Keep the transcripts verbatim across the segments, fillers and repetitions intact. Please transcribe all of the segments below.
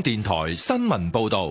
電台新聞報道。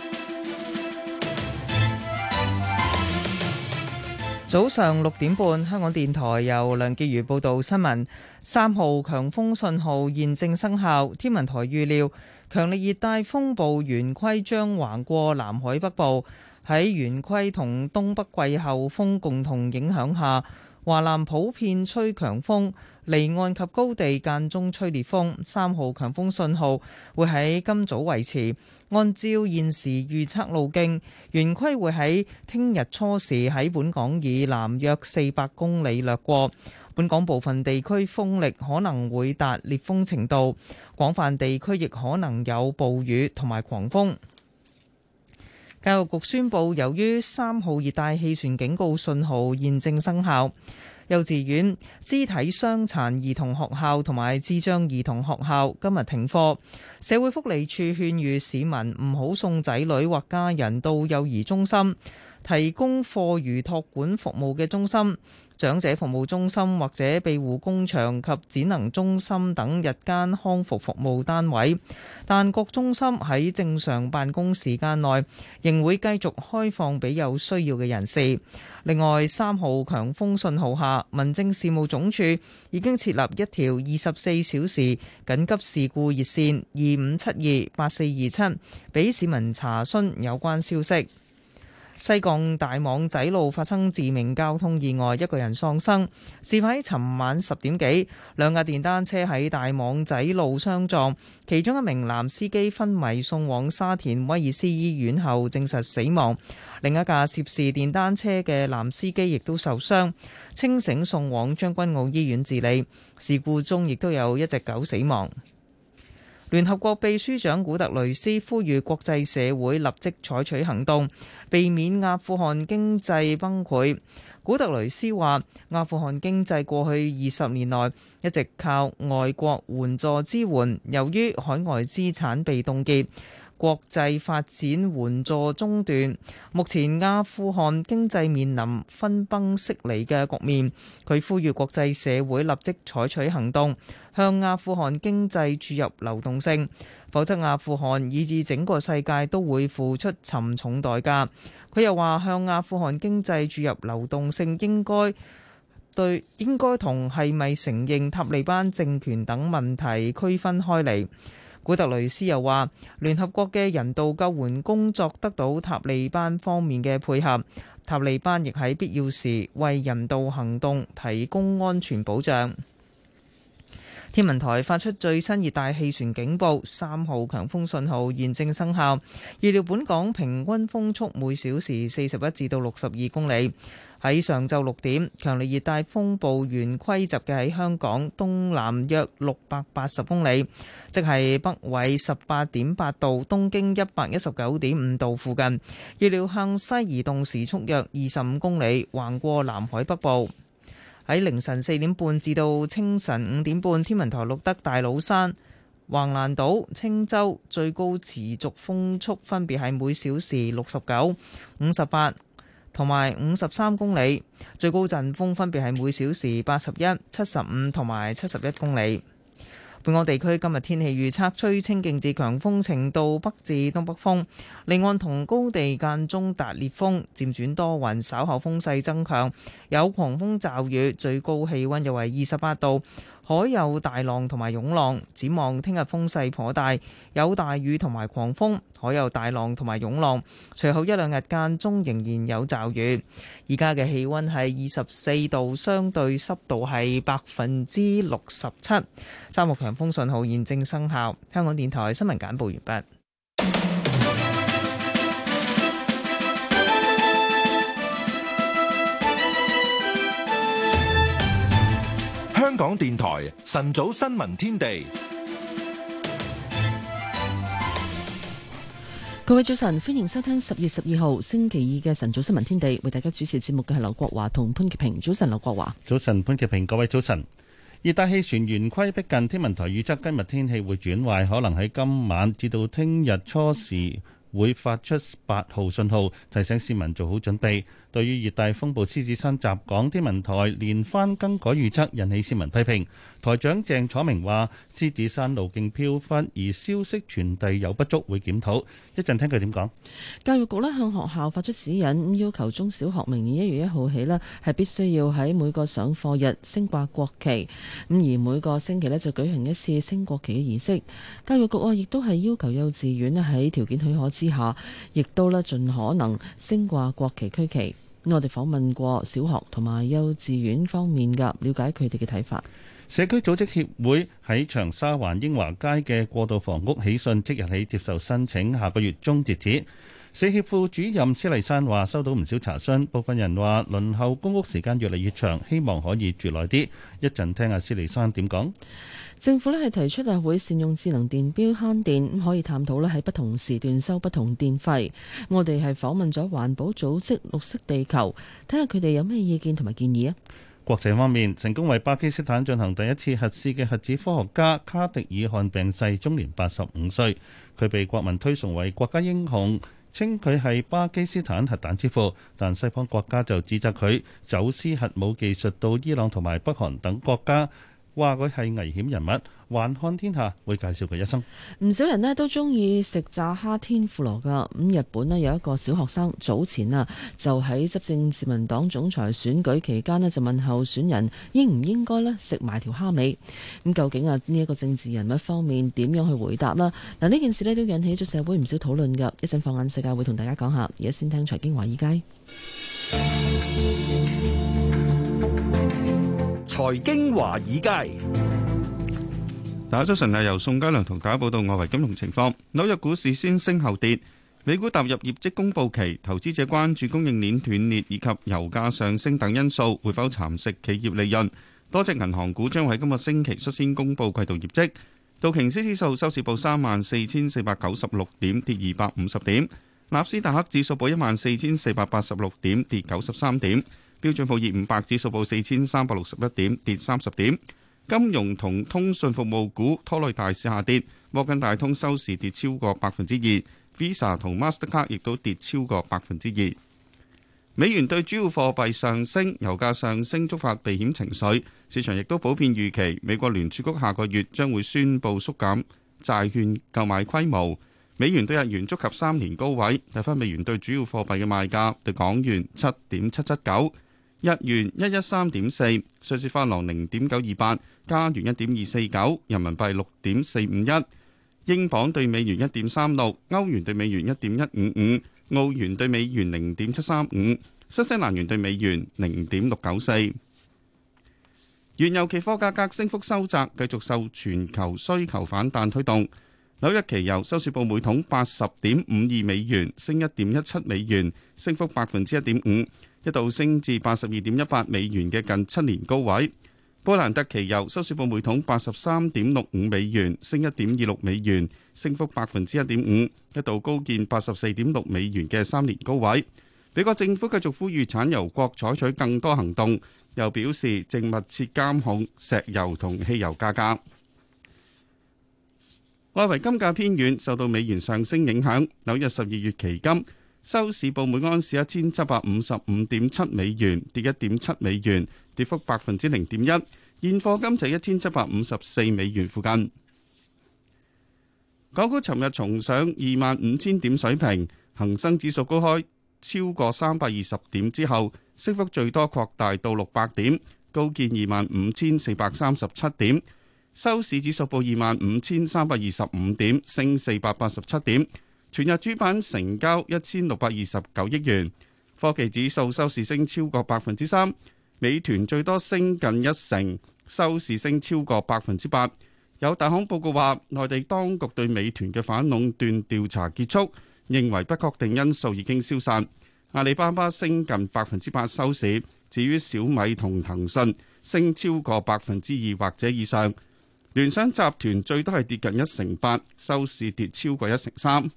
早上六點半，香港電台由梁潔如報道新聞。三號強風信號現正生效，天文台預料強烈熱帶風暴圓規將橫過南海北部，喺圓規同東北季候風共同影響下，華南普遍吹強風，離岸及高地間中吹烈風。三號強風信號會喺今早維持。按照現時預測路徑，圓規會喺聽日初時喺本港以南約四百公里掠過。本港部分地區風力可能會達烈風程度，廣泛地區亦可能有暴雨同埋狂風。教育局宣布，由於三號熱帶氣旋警告信號現正生效，幼稚園、肢體傷殘兒童學校同埋智障兒童學校今日停課。社會福利署勸喻市民唔好送仔女或家人到幼兒中心、提供課餘託管服務嘅中心、長者服務中心或者庇護工場及展能中心等日間康復服務單位，但各中心喺正常辦公時間內仍會繼續開放俾有需要嘅人士。另外，三號強風信號下，民政事務總署已經設立一條二十四小時緊急事故熱線二五七二八四二七，俾市民查詢有關消息。西貢大網仔路發生致命交通意外，一個人喪生。事發喺尋晚十點幾，兩架電單車喺大網仔路相撞，其中一名男司機昏迷送往沙田威爾斯醫院後證實死亡，另一架涉事電單車嘅男司機亦都受傷，清醒送往將軍澳醫院治理。事故中亦都有一隻狗死亡。聯合國秘書長古特雷斯呼籲國際社會立即採取行動，避免阿富汗經濟崩潰。古特雷斯話：阿富汗經濟過去二十年內一直靠外國援助支援，由於海外資產被凍結，國際發展援助中斷，目前阿富汗經濟面臨分崩析離嘅局面。佢呼籲國際社會立即採取行動，向阿富汗經濟注入流動性，否則阿富汗以至整個世界都會付出沉重代價。佢又話，向阿富汗經濟注入流動性應該對應該同係咪承認塔利班政權等問題區分開嚟。古特雷斯又話，聯合國嘅人道救援工作得到塔利班方面嘅配合，塔利班亦喺必要時為人道行動提供安全保障。天文台發出最新熱帶氣旋警報，三號強風信號現正生效，預料本港平均風速每小時四十一至到六十二公里。喺上晝六點，強烈熱帶風暴圓規集結喺香港東南約六百八十公里，即係北緯十八點八度、東經一百一十九點五度附近。預料向西移動時速約二十五公里，橫過南海北部。喺凌晨四點半至到清晨五點半，天文台錄得大老山、橫瀾島、青洲最高持續風速分別係每小時六十九、五十八同埋五十三公里，最高陣風分別係每小時八十一、七十五同埋七十一公里。本港地區今日天氣預測，吹清勁至強風程度北至東北風，離岸同高地間中達烈風，漸轉多雲，稍後風勢增強，有狂風驟雨，最高氣溫約為二十八度，海有大浪同埋湧浪。展望聽日風勢頗大，有大雨同埋狂風，海有大浪同埋湧浪。隨後一兩日間中仍然有驟雨。而家嘅氣溫係二十四度，相對濕度係百分之六十七。三號強風信號現正生效。香港電台新聞簡報完畢。 香港電台晨早新聞天地。 各位早晨，歡迎收聽十月十二號星期二嘅晨早新聞天地。為大家主持節目嘅係劉國華同潘潔平。早晨，劉國華。 早晨，潘潔平。各位早晨。熱帶氣旋圓規逼近，天文台預測今日天氣會轉壞，可能喺今晚至到聽日初時會發出八號信號，提醒市民做好準備。對於熱帶風暴獅子山襲港，天文台連番更改預測，引起市民批評。台長鄭楚明話：獅子山路徑飄忽，而消息傳遞有不足，會檢討。一陣聽佢點講。 教育局咧向學校發出指引，要求中小學明年一月一號起咧係必須要喺每個上課日升掛國旗，咁而每個星期咧就舉行一次升國旗嘅儀式。教育局啊亦都係要求幼稚園咧喺條件許可之下，亦都咧盡可能升掛國旗區旗。我哋訪問過小學同埋幼稚園方面嘅，了解佢哋嘅睇法。 社區組織協會喺長沙灣英華街嘅過渡房屋喜訊即日起接受申請，下個月中截止。社協副主任施麗珊話：收到唔少查詢，部分人話輪候公屋時間越嚟越長，希望可以住耐啲。一陣聽下施麗珊點講。 政府咧係提出啊會善用智能電錶慳電，可以探討咧喺不同時段收不同電費。我哋係訪問咗環保組織綠色地球，睇下佢哋有咩意見同埋建議啊。 國際方面，成功為巴基斯坦進行第一次核試嘅核子科學家卡迪爾汗病逝，終年八十五歲。佢被國民推崇為國家英雄，稱佢係巴基斯坦核彈之父，但西方國家就指責佢走私核武技術到伊朗同埋北韓等國家，話佢係危險人物。環看天下會介紹佢一生。 唔少人呢都中意食炸蝦天婦羅噶。咁日本呢有一個小學生早前啊就喺執政自民黨總裁選舉期間呢就問候選人應唔應該呢食埋條蝦尾。咁究竟啊呢一個政治人物方面點樣去回答啦？嗱，呢件事呢都引起咗社會唔少討論噶。一陣放眼世界會同大家講下。而家先聽財經華爾街。 財經華爾街。 大家早晨，係由宋嘉良同大家報道外圍金融情況。紐約股市先升後跌，美股踏入業績公佈期，投資者關注供應鏈斷裂以及油價上升等因素會否蠶食企業利潤。多隻銀行股將喺今個星期率先公佈季度業績。道瓊斯指數收市報三萬四千四百九十六點，跌二百五十點；納斯達克指數報一萬四千四百八十六點，跌九十三點；標準普爾五百指數報四千三百六十一點，跌三十點。金融同通訊服務股拖累大市下跌，摩根大通收市跌超過百分之二 ，Visa 同 Mastercard 亦都跌超過百分之二。美元對主要貨幣上升，油價上升觸發避險情緒，市場亦都普遍預期美國聯儲局下個月將會宣布縮減債券購買規模。美元對日元觸及三年高位，睇返美元對主要貨幣嘅賣價，對港元七點七七九。日元一一三點四，瑞士法郎零點九二八，加元一點二四九，人民幣六點四五一，英鎊對美元一點三六，歐元對美元一點一五五，澳元對美元零點七三五，新西蘭元對美元零點六九四。原油期貨價格升幅收窄，繼續受全球需求反彈推動。紐約期油收市報每桶八十點五二美元，升一點一七美元，升幅百分之一點五。一度升至八十二點一八美元嘅近七年高位。波蘭特期油收市報每桶八十三點六五美元，升一點二六美元，升幅百分之一點五，一度高見八十四點六美元嘅三年高位。美國政府繼續呼籲產油國採取更多行動，又表示正密切監控石油同汽油價格。外圍金價偏軟，受到美元上升影響。紐約十二月期金收市報每安士一千七百五十五點七美元，跌一點七美元，跌幅百分之零點一。現貨金就一千七百五十四美元附近。港股尋日重上二萬五千點水平，恒生指數高開超過三百二十點之後，升幅最多擴大到六百點，高見二萬五千四百三十七點。收市指數報二萬五千三百二十五點，升四百八十七點。全日主板成交一千六百二十九億元，科技指數收市升超過百分之三，美團最多升近一成，收市升超過百分之八。有大行報告話，內地當局對美團嘅反壟斷調查結束，認為不確定因素已經消散。阿里巴巴升近百分之八收市，至於小米同騰訊升超過百分之二或者以上。聯想集團最多係跌近一成八，收市跌超過一成三。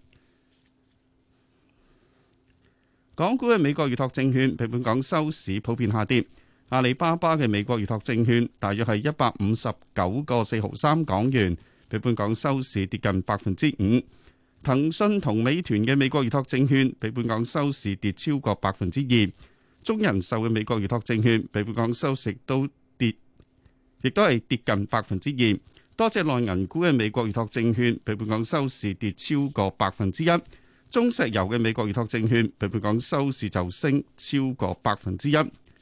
港股嘅美國預託證券比本港收市普遍下跌，阿里巴巴嘅美國預託證券大約係一百五十九個四毫三港元，比本港收市跌近百分之五。 騰訊同美團嘅美國預託證券比本港收市跌超過百分之二，中人壽嘅美國預託證券比本港收市都跌，亦都係跌近百分之二。多隻內銀股嘅美國預託證券比本港收市跌超過百分之一，中石油嘅美國預託證券比本港收市就升超過百分之一。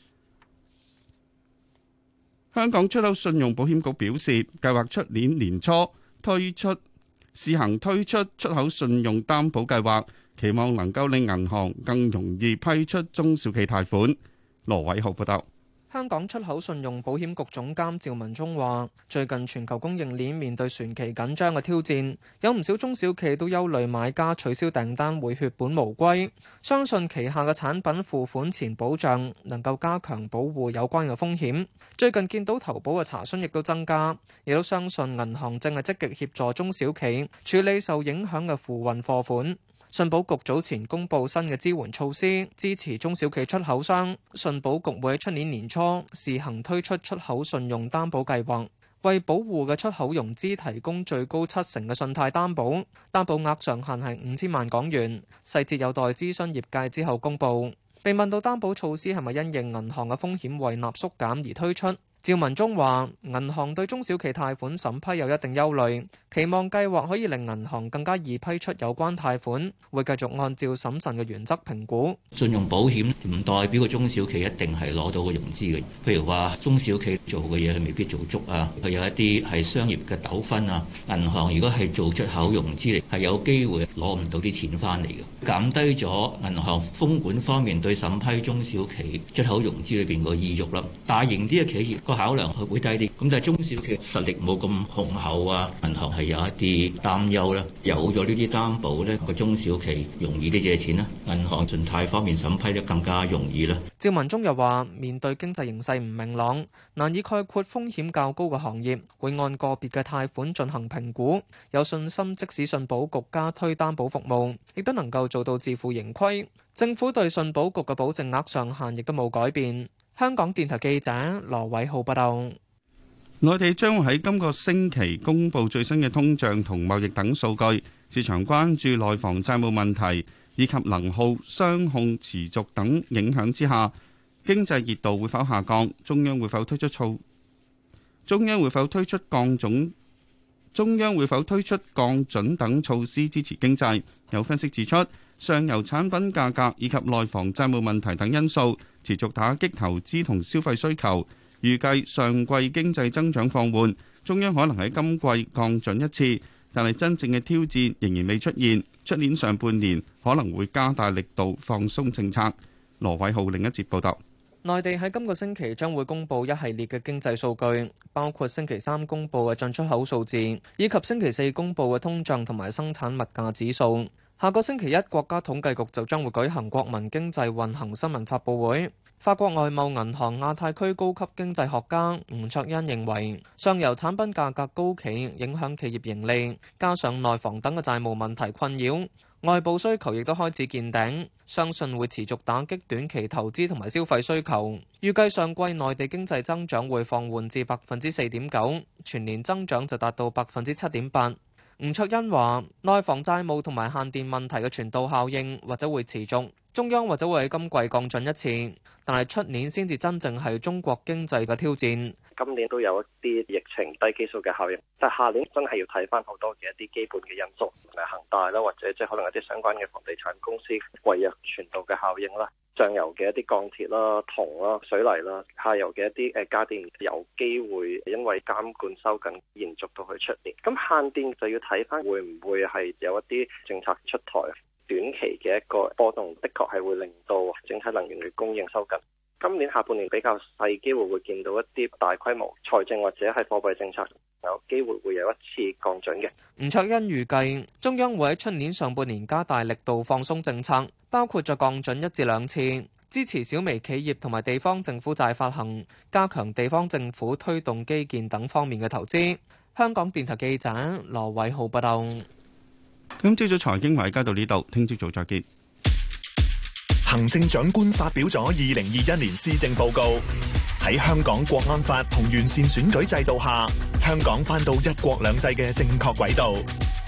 香港出口信用保險局表示，計劃出年年初推出試行推出出口信用擔保計劃，期望能夠令銀行更容易批出中小企貸款。羅偉浩報道。 香港出口信用保險局總監趙文忠話，最近全球供應鏈面對船期緊張嘅挑戰，有唔少中小企都憂慮買家取消訂單會血本無歸，相信旗下嘅產品付款前保障能夠加強保護有關嘅風險。最近見到投保嘅查詢亦都增加，亦都相信銀行正係積極協助中小企處理受影響嘅付運貨款。信保局早前公布新嘅支援措施，支持中小企出口商。信保局會喺出年年初試行推出出口信用擔保計劃，為保護嘅出口融資提供最高七成嘅信貸擔保，擔保額上限係五千萬港元，細節有待諮詢業界之後公布。被問到擔保措施係咪因應銀行嘅風險胃納縮減而推出？趙文忠話：銀行對中小企貸款審批有一定憂慮，期望計劃可以令銀行更加易批出有關貸款，會繼續按照審慎嘅原則評估。 信用保險唔代表個中小企一定係攞到個融資嘅，譬如話中小企做嘅嘢佢未必做足啊，佢有一啲係商業嘅糾紛啊，銀行如果係做出口融資嚟，係有機會攞唔到啲錢翻嚟嘅，減低咗銀行風管方面對審批中小企出口融資裏邊個意欲啦。大型啲嘅企業個考量係會低啲，咁但係中小企實力冇咁雄厚啊，銀行係有一啲擔憂啦。有咗呢啲擔保咧，個中小企容易啲借錢啦，銀行信貸方面審批得更加容易啦。 趙文忠又話：面對經濟形勢唔明朗，難以概括風險較高嘅行業，會按個別嘅貸款進行評估，有信心即使信保局加推擔保服務，亦都能夠做到自負盈虧。政府對信保局嘅保證額上限亦都冇改變。香港電台記者羅偉浩報道。 內地將會喺今個星期公布最新嘅通脹同貿易等數據，市場關注內房債務問題以及能耗雙控持續等影響之下，經濟熱度會否下降？中央會否推出措？中央會否推出降準？中央會否推出降準等措施支持經濟？有分析指出，上游產品價格以及內房債務問題等因素持續打擊投資同消費需求，預計上季經濟增長放緩，中央可能喺今季降準一次，但係真正嘅挑戰仍然未出現。出年上半年可能會加大力度放鬆政策。羅偉浩另一節報道。 內地喺今個星期將會公布一系列嘅經濟數據，包括星期三公布嘅進出口數字，以及星期四公布嘅通脹同埋生產物價指數。下個星期一，國家統計局就將會舉行國民經濟運行新聞發佈會。法國外貿銀行亞太區高級經濟學家吳卓恩認為，上游產品價格高企影響企業盈利，加上內房等嘅債務問題困擾，外部需求亦都開始見頂，相信會持續打擊短期投資同埋消費需求。預計上季內地經濟增長會放緩至百分之四點九，全年增長就達到百分之七點八。吳卓恩話：內房債務同埋限電問題嘅傳導效應或者會持續，中央或者會喺今季降準一次，但係出年先至真正係中國經濟嘅挑戰。 今年都有一啲疫情低基數嘅效應，但係下年真係要睇翻好多嘅一啲基本嘅因素，同埋恒大啦，或者即係可能一啲相關嘅房地產公司違約傳導嘅效應啦，上游嘅一啲鋼鐵啦、銅啦、水泥啦，下游嘅一啲誒家電有機會因為監管收緊延續到去出年。咁限電就要睇翻會唔會係有一啲政策出台，短期嘅一個波動，的確係會令到整體能源嘅供應收緊。今年下半年比較細機會會見到一啲大規模財政或者係貨幣政策有機會會有一次降準嘅。 吳卓恩預計中央會喺出年上半年加大力度放鬆政策，包括再降準一至兩次，支持小微企業同埋地方政府債發行，加強地方政府推動基建等方面嘅投資。香港電台記者羅偉浩報道。 今朝早財經華爾街到呢度，聽朝早再見。 行政長官發表咗二零二一年施政報告，喺香港國安法同完善選舉制度下，香港返到一國兩制嘅正確軌道。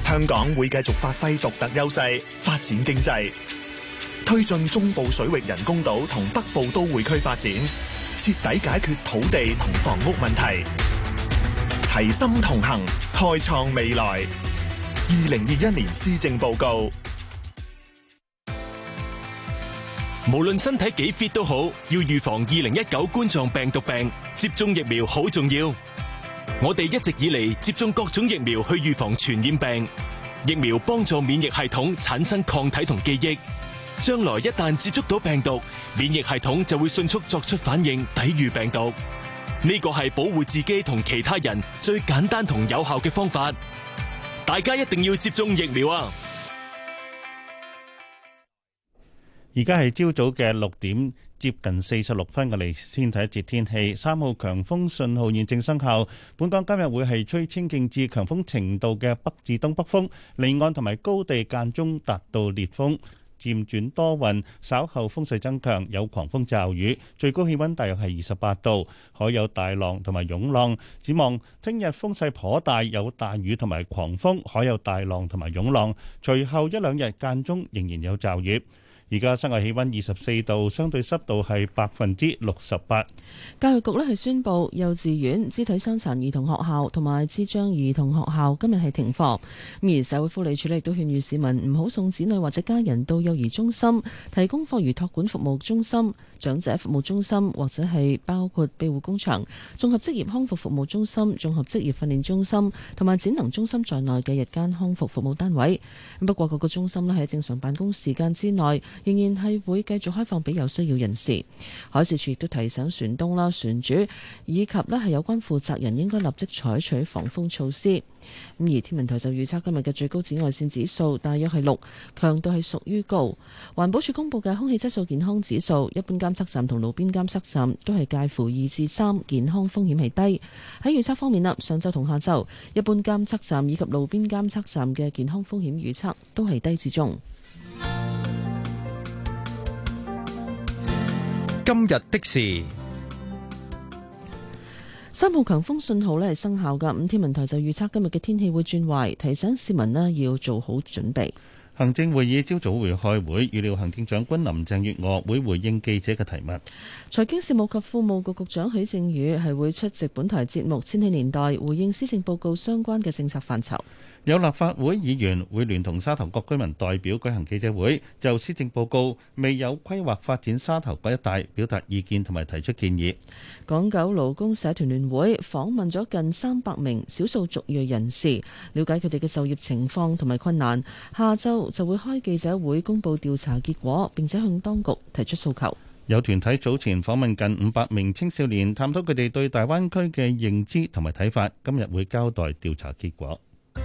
香港會繼續發揮獨特優勢，發展經濟，推進中部水域人工島同北部都會區發展，徹底解決土地同房屋問題，齊心同行，開創未來。二零二一年施政報告。 無論身體幾 fit 都好，要預防二零一九冠狀病毒病，接種疫苗好重要。我哋一直以嚟接種各種疫苗去預防傳染病，疫苗幫助免疫系統產生抗體同記憶，將來一旦接觸到病毒，免疫系統就會迅速作出反應，抵禦病毒。呢個係保護自己同其他人最簡單同有效嘅方法。大家一定要接種疫苗啊！ 而家係朝早嘅六點接近四十六分，我哋先睇一節天氣。三號強風信號現正生效，本港今日會係吹清勁至強風程度嘅北至東北風，離岸同埋高地間中達到烈風，漸轉多雲，稍後風勢增強，有狂風驟雨，最高氣溫大約係二十八度，海有大浪同埋湧浪。展望聽日風勢頗大，有大雨同埋狂風，海有大浪同埋湧浪，隨後一兩日間中仍然有驟雨。而家室外氣溫二十四度，相對濕度係百分之六十八。 教育局呢係宣布，幼稚園、肢體傷殘兒童學校同埋智障兒童學校今日係停課。而社會福利署呢亦都勸喻市民唔好送子女或者家人到幼兒中心、提供課餘託管服務中心、長者服務中心或者係包括庇護工場、綜合職業康復服務中心、綜合職業訓練中心同埋展能中心在內嘅日間康復服務單位。不過各個中心呢喺正常辦公時間之內，仍然係會繼續開放俾有需要人士。海事處亦都提醒船東啦、船主以及呢係有關負責人應該立即採取防風措施。咁而天文台就預測今日嘅最高紫外線指數大約係六，強度係屬於高。環保署公布嘅空氣質素健康指數，一般監測站同路邊監測站都係介乎二至三，健康風險係低。喺預測方面啦，上晝同下晝，一般監測站以及路邊監測站嘅健康風險預測都係低至中。 今日的事， 三號強風信號呢係生效㗎。咁天文台就預測今日嘅天氣會轉壞，提醒市民呢要做好準備。 行政會議朝早會開會，預料行政長官林鄭月娥會回應記者嘅提問。 財經事務及庫務局局長許正宇係會出席本台節目《千禧年代》，回應施政報告相關嘅政策範疇。 有立法會議員會聯同沙頭角居民代表舉行記者會，就施政報告未有規劃發展沙頭角一帶表達意見同埋提出建議。 港九勞工社團聯會訪問咗近三百名少數族裔人士，了解佢哋嘅就業情況同埋困難。下週就會開記者會公佈調查結果，並且向當局提出訴求。 有團體早前訪問近五百名青少年，探討佢哋對大灣區嘅認知同埋睇法，今日會交代調查結果。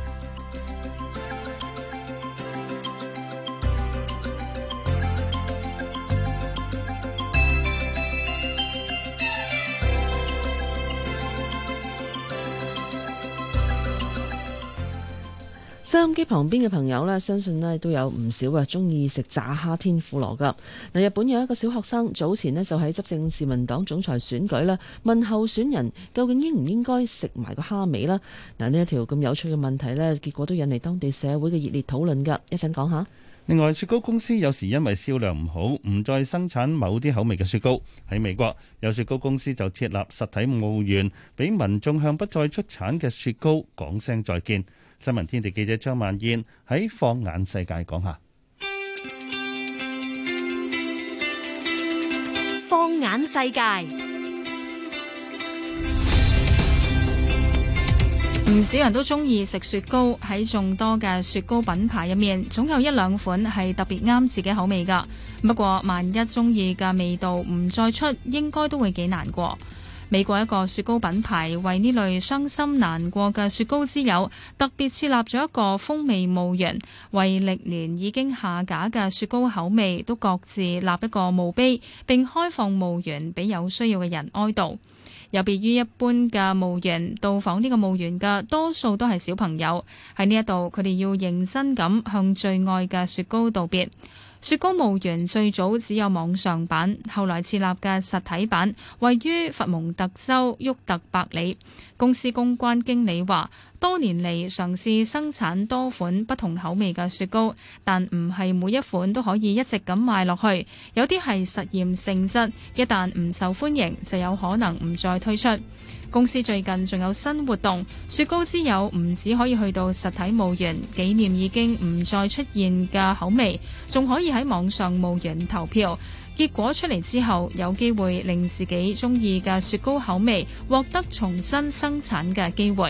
收音機旁邊嘅朋友呢，相信呢都有唔少啊中意食炸蝦天婦羅噶。嗱，日本有一個小學生早前呢就喺執政自民黨總裁選舉啦，問候選人究竟應唔應該食埋個蝦尾啦。嗱，呢一條咁有趣嘅問題呢，結果都引嚟當地社會嘅熱烈討論噶。一陣講下。 另外，雪糕公司有時因為銷量唔好，唔再生產某啲口味嘅雪糕。喺美國，有雪糕公司就設立實體墓園，俾民眾向不再出產嘅雪糕講聲再見。新聞天地記者張萬燕喺放眼世界講下。 放眼世界，唔少人都中意食雪糕。喺眾多嘅雪糕品牌入面，總有一兩款係特別啱自己口味㗎。不過，萬一中意嘅味道唔再出，應該都會幾難過。美國一個雪糕品牌為呢類傷心難過嘅雪糕之友，特別設立咗一個風味墓園，為歷年已經下架嘅雪糕口味都各自立一個墓碑，並開放墓園俾有需要嘅人哀悼。有別於一般嘅墓園，到訪呢個墓園嘅多數都係小朋友。喺呢一度，佢哋要認真咁向最愛嘅雪糕道別。雪糕墓園最早只有網上版，後來設立嘅實體版位於佛蒙特州沃特伯里。 公司公關經理話，多年嚟嘗試生產多款不同口味嘅雪糕，但唔係每一款都可以一直咁賣落去，有啲係實驗性質，一旦唔受歡迎，就有可能唔再推出。公司最近仲有新活動，雪糕之友唔只可以去到實體墓園紀念已經唔再出現嘅口味，仲可以喺網上墓園投票。結果出嚟之後，有機會令自己中意嘅雪糕口味獲得重新生產嘅機會。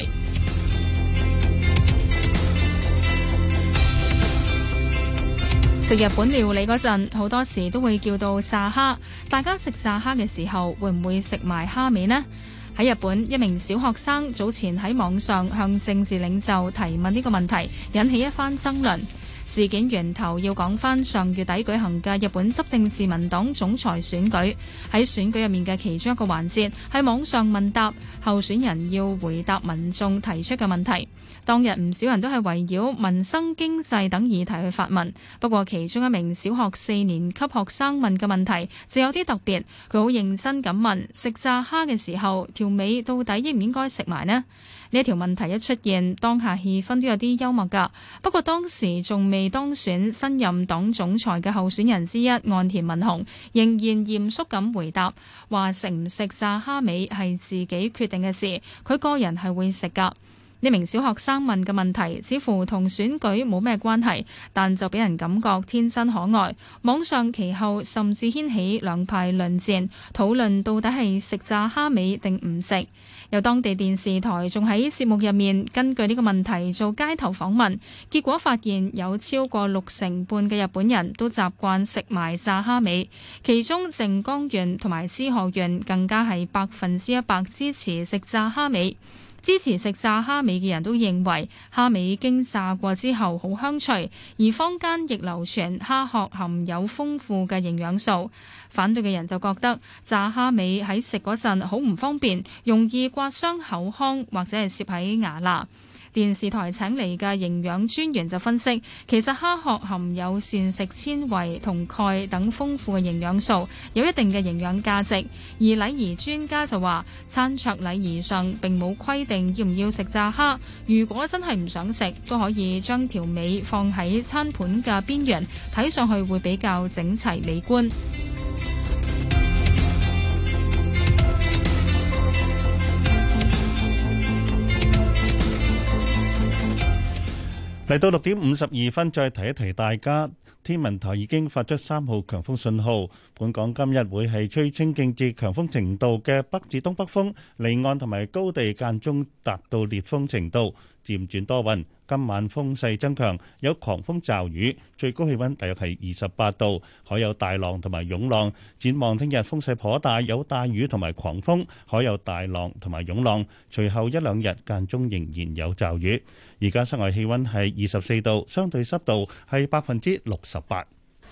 食日本料理嗰陣，好多時都會叫到炸蝦。大家食炸蝦嘅時候，會唔會食埋蝦尾呢？喺日本，一名小學生早前喺網上向政治領袖提問呢個問題，引起一番爭論。事件源頭要講返上月底舉行嘅日本執政自民黨總裁選舉，喺選舉入面嘅其中一個環節係網上問答，候選人要回答民眾提出嘅問題。當日唔少人都係圍繞民生經濟等議題去發問，不過其中一名小學四年級學生問嘅問題就有啲特別，佢好認真咁問：食炸蝦嘅時候條尾到底應唔應該食埋呢？呢一條問題一出現，當下氣氛都有啲幽默㗎。不過當時仲未當選新任黨總裁嘅候選人之一岸田文雄仍然嚴肅咁回答，話食唔食炸蝦尾係自己決定嘅事，佢個人係會食㗎。呢名小學生問嘅問題似乎同選舉冇咩關係，但就俾人感覺天真可愛。網上其後甚至掀起兩派論戰，討論到底係食炸蝦尾定唔食。有當地電視台仲喺節目入面根據呢個問題做街頭訪問，結果發現有超過六成半嘅日本人都習慣食埋炸蝦尾，其中靜岡縣同埋滋賀縣更加係百分之一百支持食炸蝦尾。支持食炸蝦尾嘅人都認為蝦尾經炸過之後好香脆，而坊間亦流傳蝦殼含有豐富嘅營養素。反對嘅人就覺得炸蝦尾喺食嗰陣好唔方便，容易刮傷口腔或者係攝喺牙罅。電視台請嚟嘅營養專員就分析，其實蝦殼含有膳食纖維同鈣等豐富嘅營養素，有一定嘅營養價值。而禮儀專家就話，餐桌禮儀上並冇規定要唔要食炸蝦，如果真係唔想食，都可以將條尾放喺餐盤嘅邊緣，睇上去會比較整齊美觀。 嚟到六點五十二分，再提一提大家，天文台已經發出三號強風信號。本港今日會係吹清勁至強風程度嘅北至東北風，離岸同埋高地間中達到烈風程度，漸轉多雲。今晚風勢增強，有狂風驟雨，最高氣溫大約係二十八度，海有大浪同埋湧浪。展望聽日風勢頗大，有大雨同埋狂風，海有大浪同埋湧浪。隨後一兩日間中仍然有驟雨。而家室外氣溫係二十四度，相對濕度係百分之六十八。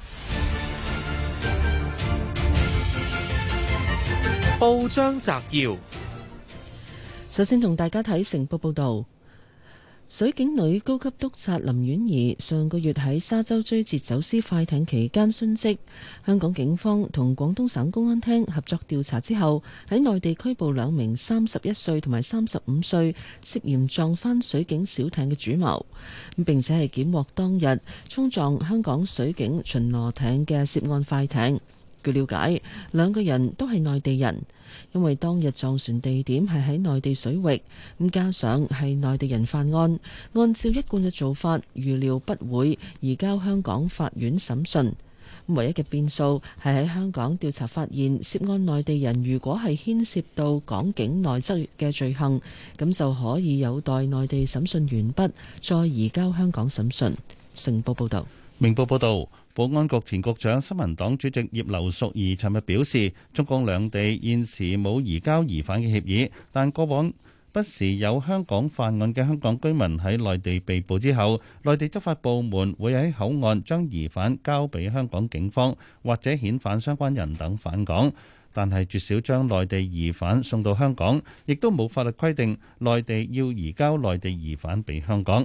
報章摘要， 首先同大家睇成報報導。水警女高級督察林婉儀上個月喺沙洲追截走私快艇期間殉職，香港警方同廣東省公安廳合作調查之後，喺內地拘捕兩名三十一歲同埋三十五歲涉嫌撞翻水警小艇嘅主謀，並且係檢獲當日衝撞香港水警巡邏艇嘅涉案快艇。據了解，兩個人都係內地人，因為當日撞船地點係喺內地水域，咁加上係內地人犯案，按照一貫嘅做法，預料不會移交香港法院審訊。唯一嘅變數係喺香港調查發現，涉案內地人如果係牽涉到港境內側嘅罪行，咁就可以有待內地審訊完畢，再移交香港審訊。成報報道。 明報報導，保安局前局長、新民黨主席葉劉淑儀尋日表示，中港兩地現時冇移交疑犯嘅協議，但過往不時有香港犯案嘅香港居民喺內地被捕之後，內地執法部門會喺口岸將疑犯交俾香港警方，或者遣返相關人等返港，但係絕少將內地疑犯送到香港，亦都冇法律規定內地要移交內地疑犯俾香港。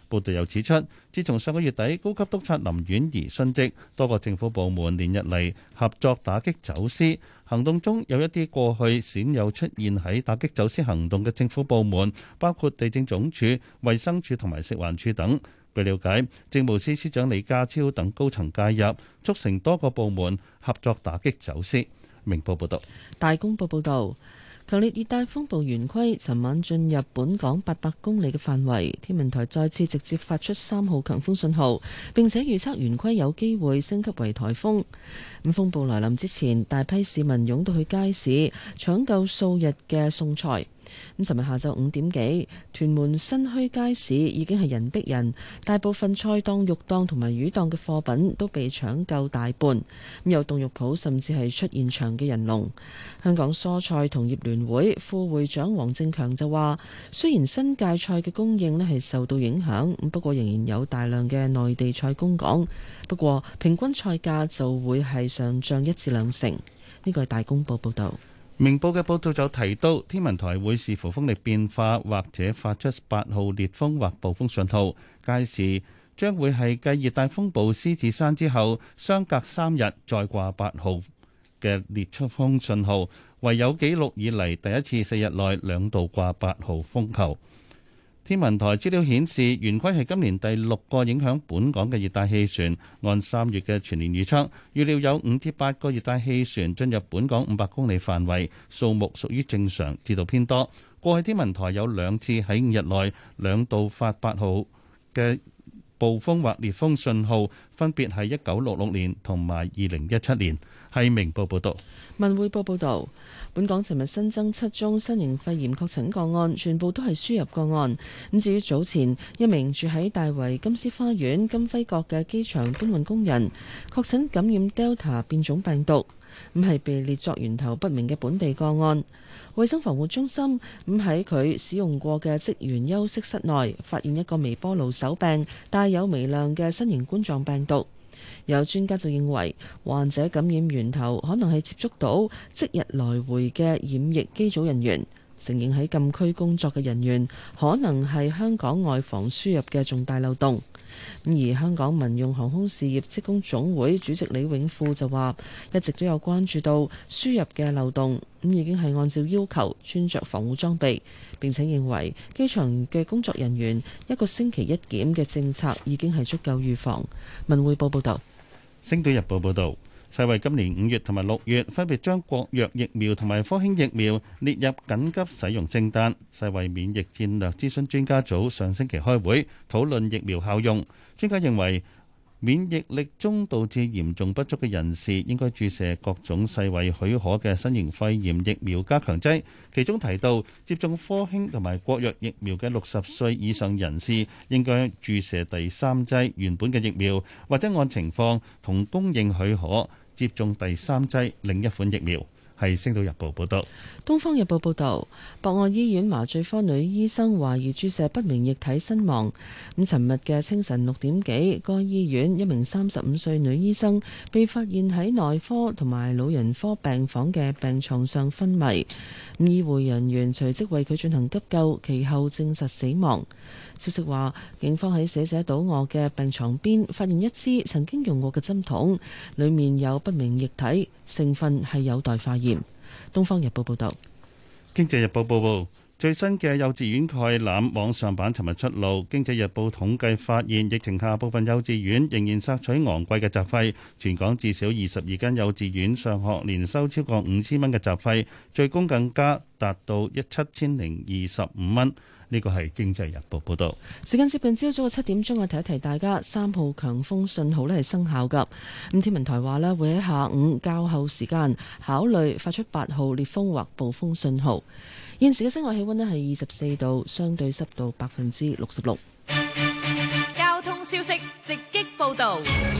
報道又指出，自從上個月底高級督察林婉儀殉職，多個政府部門連日嚟合作打擊走私行動中，有一啲過去鮮有出現喺打擊走私行動嘅政府部門，包括地政總署、衛生署同埋食環署等。據了解，政務司司長李家超等高層介入，促成多個部門合作打擊走私。明報報道。 大公報報導。強烈熱帶風暴圓規尋晚進入本港八百公里嘅範圍，天文台再次直接發出三號強風信號，並且預測圓規有機會升級為颱風。咁風暴來臨之前，大批市民湧到去街市搶購數日嘅餸菜。咁尋日下晝五點幾，屯門新墟街市已經係人逼人，大部分菜檔、肉檔同埋魚檔嘅貨品都被搶購大半。咁有凍肉鋪甚至係出現長嘅人龍。香港蔬菜同業聯會副會長黃正強就話，雖然新界菜嘅供應咧係受到影響，不過仍然有大量嘅內地菜供港。不過平均菜價就會係上漲一至兩成。呢個係大公報報導。 明報嘅報道就提到，天文台會視乎風力變化，或者發出八號烈風或暴風信號。屆時將會係繼熱帶風暴獅子山之後，相隔三日再掛八號嘅烈出風信號，為有紀錄以嚟第一次四日內兩度掛八號風球。天文台資料顯示，圓規係今年第六個影響本港嘅熱帶氣旋。按三月嘅全年預測，預料有五至八個熱帶氣旋進入本港五百公里範圍，數目屬於正常至到偏多。過去天文台有兩次喺五日內兩度發八號嘅暴風或烈風信號，分別係一九六六年同埋二零一七年。係明報報導。 文匯報報導。本港尋日新增七宗新型肺炎確診個案，全部都係輸入個案。咁至於早前一名住喺大圍金獅花園金輝閣嘅機場搬運工人確診感染 Delta 變種病毒，咁係被列作源頭不明嘅本地個案。衛生防護中心咁喺佢使用過嘅職員休息室內發現一個微波爐手柄帶有微量嘅新型冠狀病毒。有專家就認為，患者感染源頭可能係接觸到即日來回嘅染疫機組人員，承認喺禁區工作嘅人員可能係香港外防輸入嘅重大漏洞。而香港民用航空事業職工總會主席李永富就話，一直都有關注到輸入嘅漏洞，咁已經係按照要求穿着防護裝備，並且認為機場嘅工作人員一個星期一檢嘅政策已經係足夠預防。文匯報報道。 星島日報報道，世衛今年五月同埋六月分別將國藥疫苗同埋科興疫苗列入緊急使用清單。世衛免疫戰略諮詢專家組上星期開會討論疫苗效用。專家認為，免疫力中導致嚴重不足嘅人士應該注射各種世衛許可嘅新型肺炎疫苗加強劑。其中提到，接種科興同埋國藥疫苗嘅六十歲以上人士應該注射第三劑原本嘅疫苗，或者按情況同供應許可接種第三劑另一款疫苗。係《星島日報》報道。 《東方日報》報道，博愛醫院麻醉科女醫生懷疑注射不明液體身亡。咁，尋日嘅清晨六點幾，該醫院一名三十五歲女醫生被發現喺內科同埋老人科病房嘅病床上昏迷。咁，醫護人員隨即為佢進行急救，其後證實死亡。消息話，警方喺死者倒卧嘅病床邊發現一支曾經用過嘅針筒，裡面有不明液體，成分係有待化驗。《東方日報》報導。《 經濟日報》報導，最新嘅幼稚園概覽網上版尋日出爐。《經濟日報》統計發現，疫情下部分幼稚園仍然索取昂貴嘅雜費，全港至少二十二間幼稚園上學年收超過五千蚊嘅雜費，最高更加達到一七千零二十五蚊。呢個係《經濟日報》報導。 時間接近朝早嘅七點鐘，我提一提大家，三號強風信號咧係生效㗎。咁天文台話咧，會喺下午較後時間考慮發出八號烈風或暴風信號。現時嘅室外氣溫咧係二十四度，相對濕度百分之六十六。 交通消息直擊報導。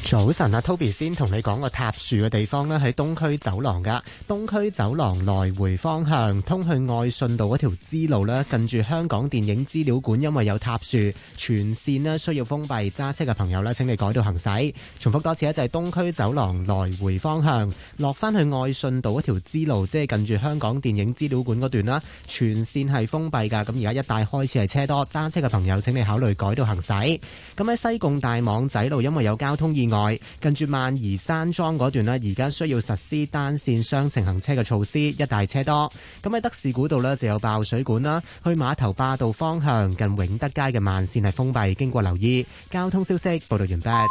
早晨啊 ，Toby 先同你講個塌樹嘅地方咧，喺東區走廊噶。東區走廊來回方向通去愛信道嗰條支路咧，近住香港電影資料館，因為有塌樹，全線咧需要封閉。揸車嘅朋友咧，請你改道行駛。重複多次咧，就係東區走廊來回方向落翻去愛信道嗰條支路，即係近住香港電影資料館嗰段啦，全線係封閉噶。咁而家一帶開始係車多，揸車嘅朋友請你考慮改道行駛。咁喺西貢大網仔路，因為有交通意外。近住萬宜山莊嗰段呢，而家需要實施單線雙程行車嘅措施，一大車多。咁喺德士古道呢，就有爆水管啦，去碼頭壩道方向近永德街嘅慢線係封閉，經過留意。交通消息報道完畢。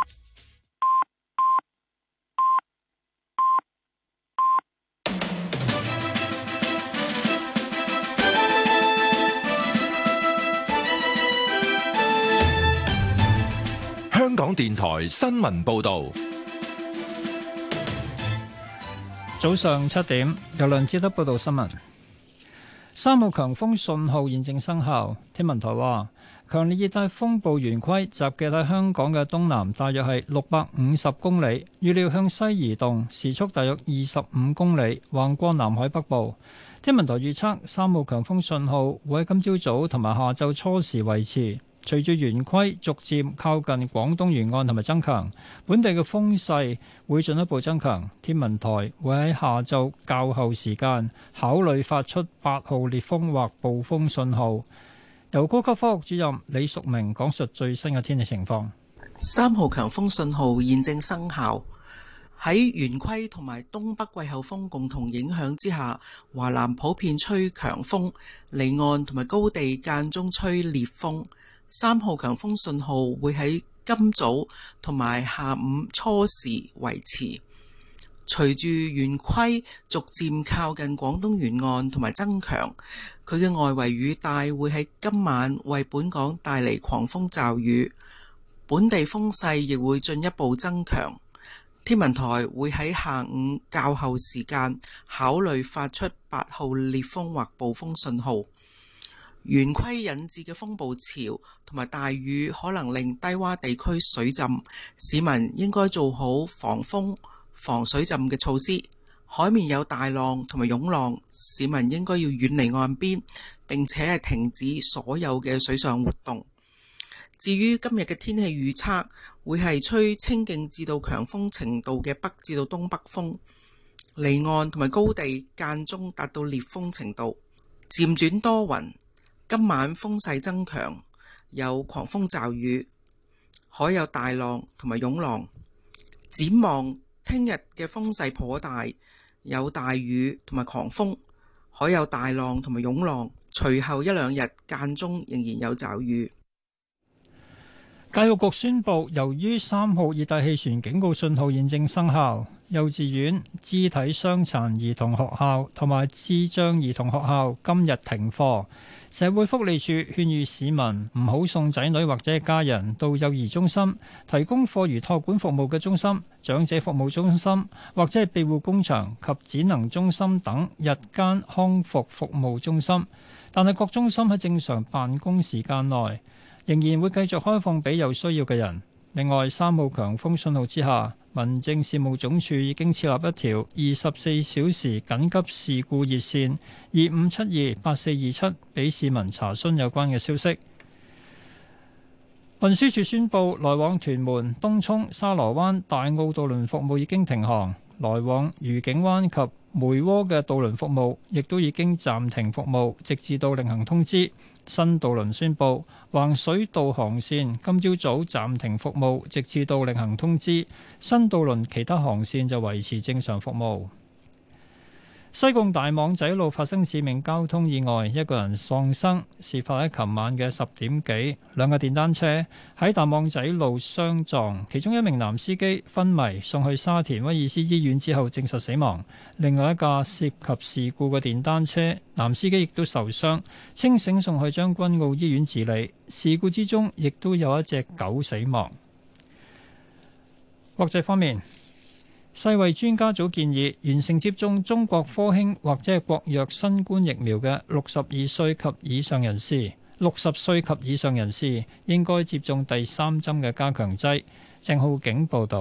香港電台新聞報道， 早上七點，由梁志德報道新聞。三號強風信號現正生效。天文台話，強烈熱帶風暴圓規集結喺香港嘅東南，大約係六百五十公里，預料向西移動，時速大約二十五公里，橫過南海北部。天文台預測，三號強風信號會喺今朝早同埋下晝初時維持。隨住圓規逐漸靠近廣東沿岸同埋增強，本地嘅風勢會進一步增強。天文台會喺下晝較後時間考慮發出八號烈風或暴風信號。由高級科學主任李淑明講述最新嘅天氣情況。 三號強風信號現正生效，喺圓規同埋東北季候風共同影響之下，華南普遍吹強風，離岸同埋高地間中吹烈風。三號強風信號會喺今早同埋下午初時維持。隨住圓規逐漸靠近廣東沿岸同埋增強，佢嘅外圍雨帶會喺今晚為本港帶嚟狂風驟雨，本地風勢亦會進一步增強。天文台會喺下午較後時間考慮發出八號烈風或暴風信號。圓規引致嘅風暴潮同埋大雨可能令低洼地區水浸，市民應該做好防風防水浸嘅措施。海面有大浪同埋湧浪，市民應該要遠離岸邊，並且係停止所有嘅水上活動。至於今日嘅天氣預測，會係吹清勁至到強風程度嘅北至到東北風，離岸同埋高地間中達到烈風程度，漸轉多雲。今晚風勢增強，有狂風驟雨，海有大浪同埋湧浪。展望聽日嘅風勢頗大，有大雨同埋狂風，海有大浪同埋湧浪。隨後一兩日間中仍然有驟雨。 教育局宣布，由於三號熱帶氣旋警告信號現正生效，幼稚園、肢體傷殘兒童學校同埋智障兒童學校今日停課。社會福利署勸喻市民唔好送仔女或者家人到幼兒中心、提供課餘託管服務嘅中心、長者服務中心或者係庇護工場及展能中心等日間康復服務中心。但係各中心喺正常辦公時間內仍然會繼續開放俾有需要嘅人。另外，三號強風信號之下，民政事務總署已經設立一條二十四小時緊急事故熱線二五七二八四二七，俾市民查詢有關嘅消息。運輸署宣布，來往屯門、東涌、沙螺灣、大澳渡輪服務已經停航，來往愉景灣及梅窩嘅渡輪服務亦都已經暫停服務，直至到另行通知。新渡輪宣布，橫水渡航線今朝早暫停服務，直至到另行通知。新渡輪其他航線就維持正常服務。西貢大網仔路發生致命交通意外，一個人喪生。事發喺琴晚嘅十點幾，兩架電單車喺大網仔路相撞，其中一名男司機昏迷，送去沙田威爾斯醫院之後證實死亡。另外一架涉及事故嘅電單車，男司機亦都受傷，清醒送去將軍澳醫院治理。事故之中亦都有一隻狗死亡。國際方面，世衛專家組建議，完成接種中國科興或者係國藥新冠疫苗嘅六十二歲及以上人士，六十歲及以上人士應該接種第三針嘅加強劑。鄭浩景報導。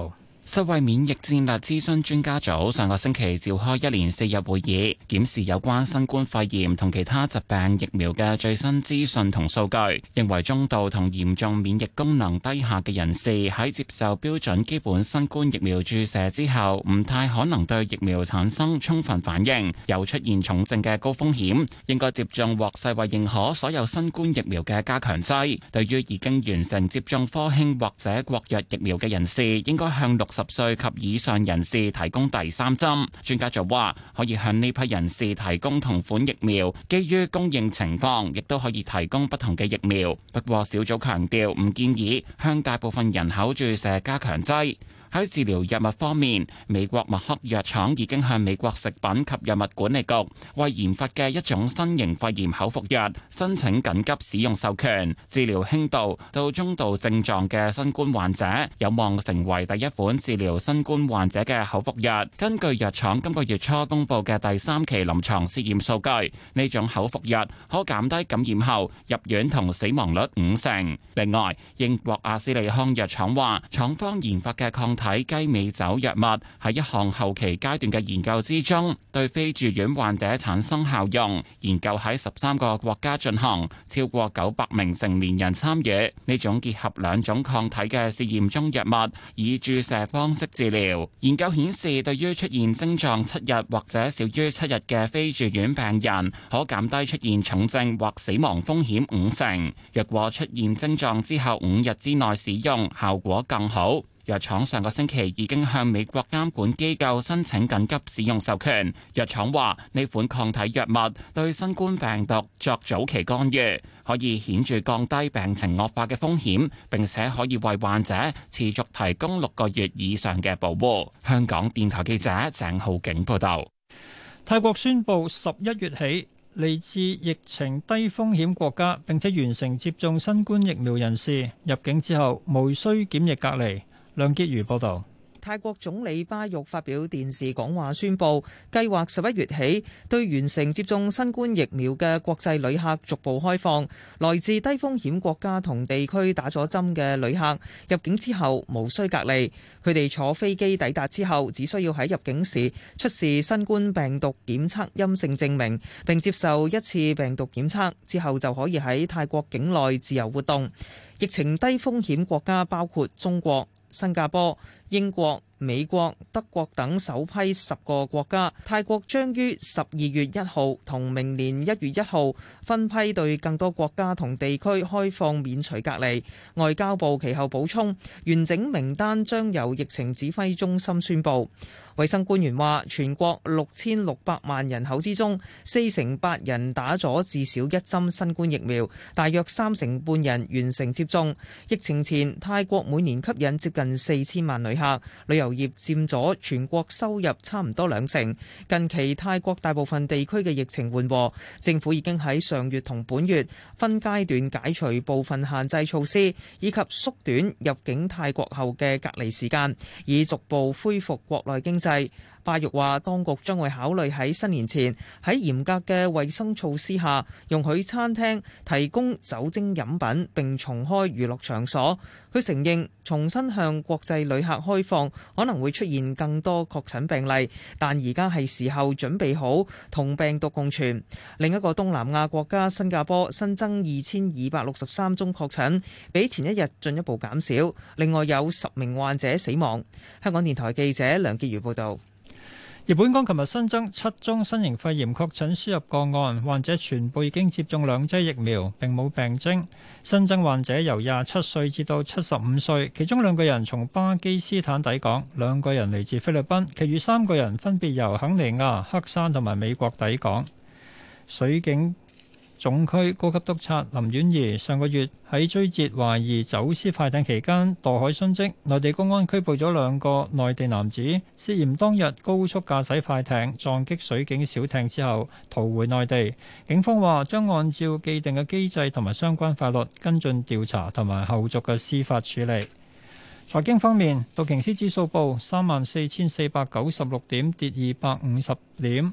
世衛免疫戰略諮詢專家組上個星期召開一連四日會議，檢視有關新冠肺炎同其他疾病疫苗嘅最新資訊同數據，認為中度同嚴重免疫功能低下嘅人士喺接受標準基本新冠疫苗注射之後，唔太可能對疫苗產生充分反應，有出現重症嘅高風險，應該接種獲世衛認可所有新冠疫苗嘅加強劑。對於已經完成接種科興或者國藥疫苗嘅人士，應該向六十歲及以上人士提供第三針。專家就話可以向呢批人士提供同款疫苗，基於供應情況，亦都可以提供不同嘅疫苗。不過小組強調唔建議向大部分人口注射加強劑。喺治療藥物方面，美國默克藥廠已經向美國食品及藥物管理局為研發嘅一種新型肺炎口服藥申請緊急使用授權，治療輕度到中度症狀嘅新冠患者，有望成為第一款治療新冠患者嘅口服藥。根據藥廠今個月初公布嘅第三期臨床試驗數據，呢種口服藥可減低感染後入院同死亡率五成。另外，英國阿斯利康藥廠話，廠方研發嘅抗體喺雞尾酒藥物喺一項後期階段嘅研究之中，對非住院患者產生效用。研究喺十三個國家進行，超過九百名成年人參與。呢種結合兩種抗體嘅試驗中藥物，以注射方式治療。研究顯示，對於出現症狀七日或者少於七日嘅非住院病人，可減低出現重症或死亡風險五成。若果出現症狀之後五日之內使用，效果更好。藥廠上個星期已經向美國監管機構申請緊急使用授權。藥廠話呢款抗體藥物對新冠病毒作早期干預，可以顯著降低病情惡化嘅風險，並且可以為患者持續提供六個月以上嘅保護。香港電台記者鄭浩景報道。 泰國宣布十一月起，嚟自疫情低風險國家並且完成接種新冠疫苗人士入境之後無需檢疫隔離。梁潔如報道。 泰國總理巴育發表電視講話，宣布計劃十一月起對完成接種新冠疫苗嘅國際旅客逐步開放。來自低風險國家同地區打咗針嘅旅客入境之後無需隔離，佢哋坐飛機抵達之後，只需要喺入境時出示新冠病毒檢測陰性證明，並接受一次病毒檢測，之後就可以喺泰國境內自由活動。疫情低風險國家包括中國、新加坡、英國、美國、德國等首批十個國家。泰國將於十二月一號同明年一月一號分批對更多國家同地區開放免除隔離。外交部其後補充，完整名單將由疫情指揮中心宣佈。衛生官員話，全國六千六百萬人口之中，四成八人打咗至少一針新冠疫苗，大約三成半人完成接種。疫情前，泰國每年吸引接近四千萬旅客，旅遊業佔咗全國收入差唔多兩成。近期泰國大部分地區嘅疫情緩和，政府已經喺上月同本月分階段解除部分限制措施，以及縮短入境泰國後嘅隔離時間，以逐步恢復國內經濟。巴育話，當局將會考慮喺新年前喺嚴格嘅衛生措施下，容許餐廳提供酒精飲品，並重開娛樂場所。佢承認重新向國際旅客開放可能會出現更多確診病例，但而家係時候準備好同病毒共存。另一個東南亞國家新加坡新增二千二百六十三宗確診，比前一日進一步減少。另外有十名患者死亡。香港電台記者梁潔如報導。 而本港琴日新增七宗新型肺炎確診輸入個案，患者全部已經接種兩劑疫苗，並冇病徵。新增患者由廿七歲至到七十五歲，其中兩個人從巴基斯坦抵港，兩個人嚟自菲律賓，其餘三個人分別由肯尼亞、黑山同埋美國抵港。水警總區高級督察林婉儀上個月喺追截懷疑走私快艇期間墮海殉職，內地公安拘捕咗兩個內地男子，涉嫌當日高速駕駛快艇撞擊水警小艇之後逃回內地。警方話將按照既定嘅機制同埋相關法律跟進調查同埋後續嘅司法處理。財經方面，道瓊斯指數報三萬四千四百九十六點，跌二百五十點；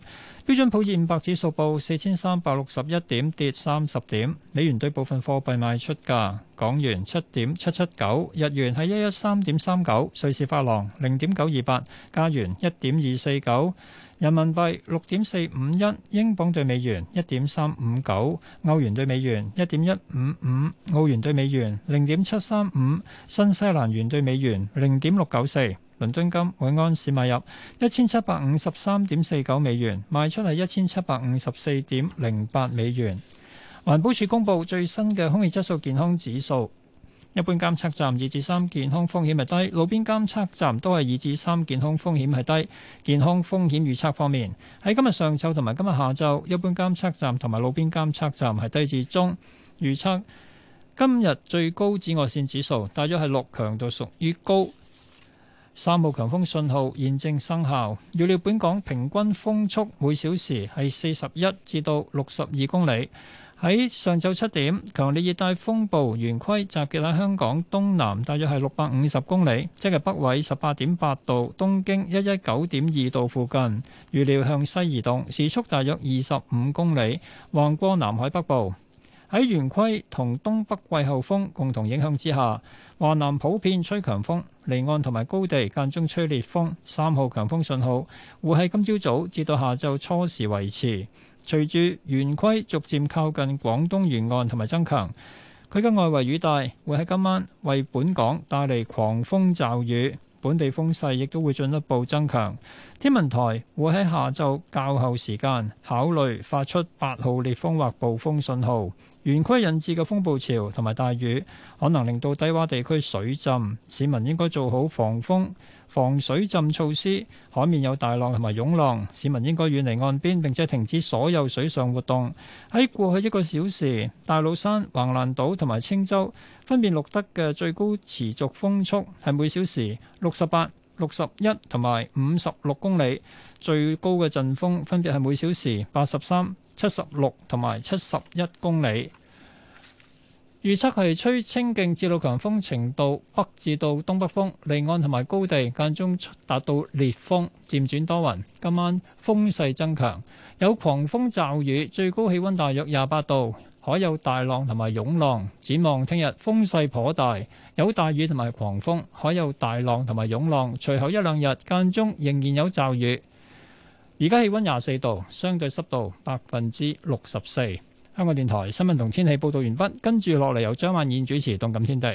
標準普爾五百指數報四千三百六十一點，跌三十點。美元對部分貨幣賣出價：港元七點七七九，日元係一一三點三九，瑞士法郎零點九二八，加元一點二四九。人民幣六點四五一，英鎊對美元一點三五九，歐元對美元一點一五五，澳元對美元零點七三五，新西蘭元對美元零點六九四。倫敦金每安士買入一千七百五十三點四九美元，賣出係一千七百五十四點零八美元。環保署公布最新嘅空氣質素健康指數。一般監測站二至三健康風險係低，路邊監測站都係二至三健康風險係低。健康風險預測方面，喺今日上晝同埋今日下晝，一般監測站同埋路邊監測站係低至中。預測今日最高紫外線指數大約係六，強度屬於高。三號強風信號現正生效，預料本港平均風速每小時係四十一至到六十二公里。喺上晝七點，強烈熱帶風暴圓規集結喺香港東南，大約係六百五十公里，即係北緯十八點八度，東經一一九點二度附近。預料向西移動，時速大約二十五公里，橫過南海北部。喺圓規同東北季候風共同影響之下，華南普遍吹強風，離岸同埋高地間中吹烈風。三號強風信號會喺今朝早至到下晝初時維持。隨住圓規逐漸靠近廣東沿岸同埋增強，佢嘅外圍雨帶會喺今晚為本港帶嚟狂風驟雨，本地風勢亦都會進一步增強。天文台會喺下晝較後時間考慮發出八號烈風或暴風信號。圓規引致嘅風暴潮同埋大雨可能令到低窪地區水浸，市民應該做好防風防水浸措施。海面有大浪同埋湧浪，市民應該遠離岸邊並且停止所有水上活動。喺過去一個小時，大老山、橫瀾島同埋青洲分別錄得嘅最高持續風速係每小時六十八、六十一同埋五十六公里，最高嘅陣風分別係每小時八十三、七十六同埋七十一公里。預測係吹清勁至到強風程度，北至到東北風，離岸同埋高地間中達到烈風，漸轉多雲。今晚風勢增強，有狂風驟雨，最高氣溫大約廿八度，海有大浪同埋湧浪。展望聽日風勢頗大，有大雨同埋狂風，海有大浪同埋湧浪。隨後一兩日間中仍然有驟雨。而家氣溫廿四度，相對濕度百分之六十四。香港電台新聞同天氣報道完畢，跟住落嚟由張萬燕主持《動感天地》。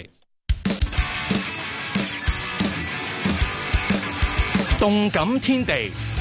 動感天地，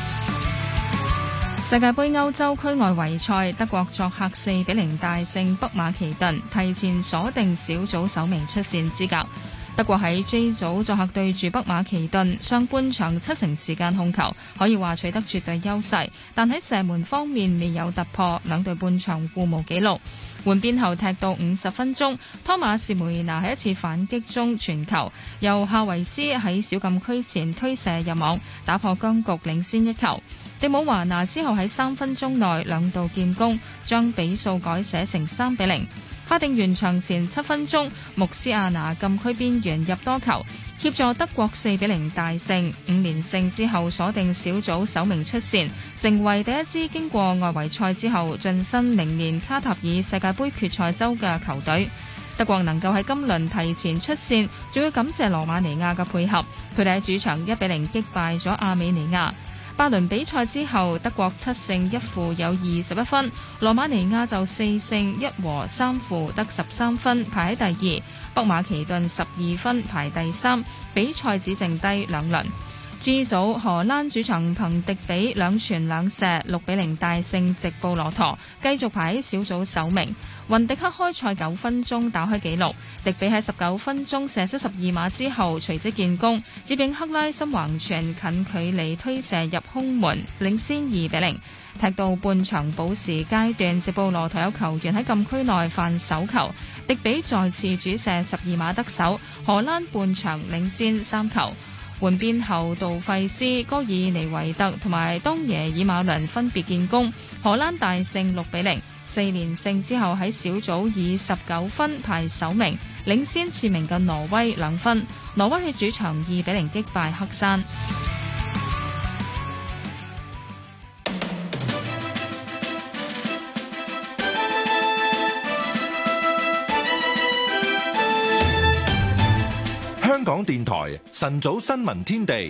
世界盃歐洲區外圍賽，德國作客四比零大勝北馬其頓，提前鎖定小組首名出線資格。德國喺 J 組作客對住北馬其頓，上半場七成時間控球，可以話取得絕對優勢，但喺射門方面未有突破，兩隊半場互無紀錄。換邊後踢到五十分鐘，湯馬士梅拿喺一次反擊中傳球，由夏維斯喺小禁區前推射入網，打破僵局，領先一球。迪姆華拿之後喺三分鐘內兩度建功，將比數改寫成三比零。法定完場前七分鐘，穆斯亞拿禁區邊緣入多球，協助德國四比零大勝，五連勝之後鎖定小組首名出線，成為第一支經過外圍賽之後晉身明年卡塔爾世界盃決賽周嘅球隊。德國能夠喺今輪提前出線，仲要感謝羅馬尼亞嘅配合，佢哋喺主場一比零擊敗咗亞美尼亞。八輪比賽之後，德國七勝一負有二十一分，羅馬尼亞就四勝一和三負得十三分，排喺第二。北馬其頓十二分排第三，比賽只剩低兩輪。G 組荷蘭主場憑迪比兩傳兩射六比零大勝直布羅陀，繼續排喺小組首名。雲迪克開賽九分鐘打開紀錄，迪比喺十九分鐘射失十二碼之後隨即建功，接應克拉森橫傳近距離推射入空門，領先二比零。踢到半場補時階段，直布羅陀有球員喺禁區內犯手球，迪比再次主射十二碼得手，荷蘭半場領先三球。換邊後，杜費斯、戈爾尼維特同埋當耶爾馬倫分別建功，荷蘭大勝六比零。四連勝之後喺小組以十九分排首名，領先次名嘅挪威兩分。挪威喺主場二比零擊敗黑山。 台晨早新聞天地。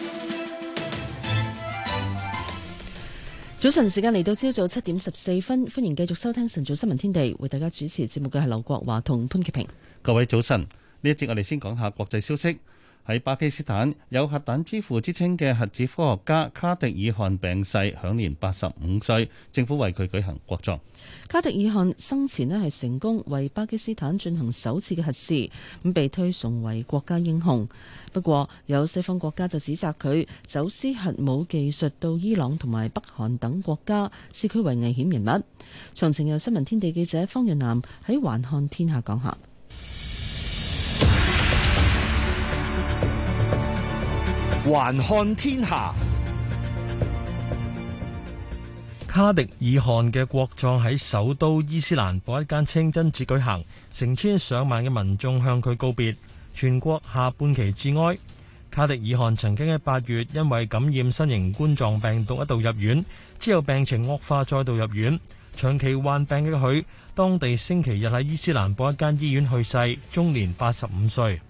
早晨時間嚟到朝早七點十四分，歡迎繼續收聽晨早新聞天地，為大家主持節目嘅係劉國華同潘潔平。 各位早晨，呢一節我哋先講下國際消息。喺巴基斯坦有核彈之父之稱嘅核子科學家卡迪爾汗病逝，享年八十五歲，政府為佢舉行國葬。 卡迪爾汗生前咧係成功為巴基斯坦進行首次嘅核試，咁被推崇為國家英雄。不過有西方國家就指責佢走私核武技術到伊朗同埋北韓等國家，視佢為危險人物。詳情由新聞天地記者方潤南喺環看天下講下。 環看天下，卡迪爾汗嘅國葬喺首都伊斯蘭堡一間清真寺舉行，成千上萬嘅民眾向佢告別，全國下半旗致哀。卡迪爾汗曾經喺八月因為感染新型冠狀病毒一度入院，之後病情惡化再度入院，長期患病嘅佢，當地星期日喺伊斯蘭堡一間醫院去世，終年八十五歲。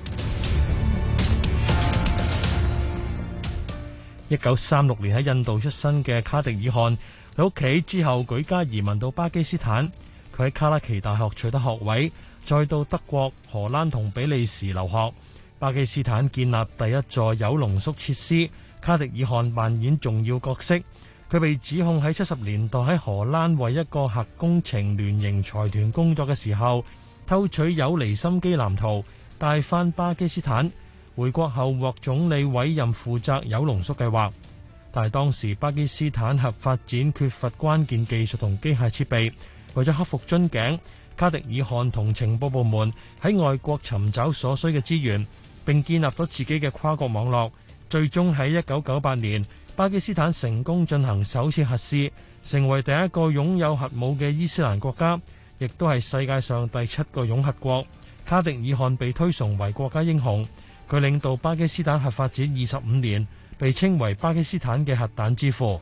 一九三六年喺印度出生嘅卡迪爾汗，喺屋企之後舉家移民到巴基斯坦。佢喺卡拉奇大學取得學位，再到德國、荷蘭同比利時留學。巴基斯坦建立第一座鈾濃縮設施，卡迪爾汗扮演重要角色。佢被指控喺七十年代喺荷蘭為一個核工程聯營財團工作嘅時候，偷取鈾離心機藍圖，帶返巴基斯坦。回國後獲總理委任負責鈾濃縮計劃，但係當時巴基斯坦核發展缺乏關鍵技術同機械設備，為咗克服樽頸，卡迪爾汗同情報部門喺外國尋找所需嘅資源，並建立咗自己嘅跨國網絡，最終喺一九九八年，巴基斯坦成功進行首次核試，成為第一個擁有核武嘅伊斯蘭國家，亦都係世界上第七個擁核國。卡迪爾汗被推崇為國家英雄。佢領導巴基斯坦核發展二十五年，被稱為巴基斯坦嘅核彈之父。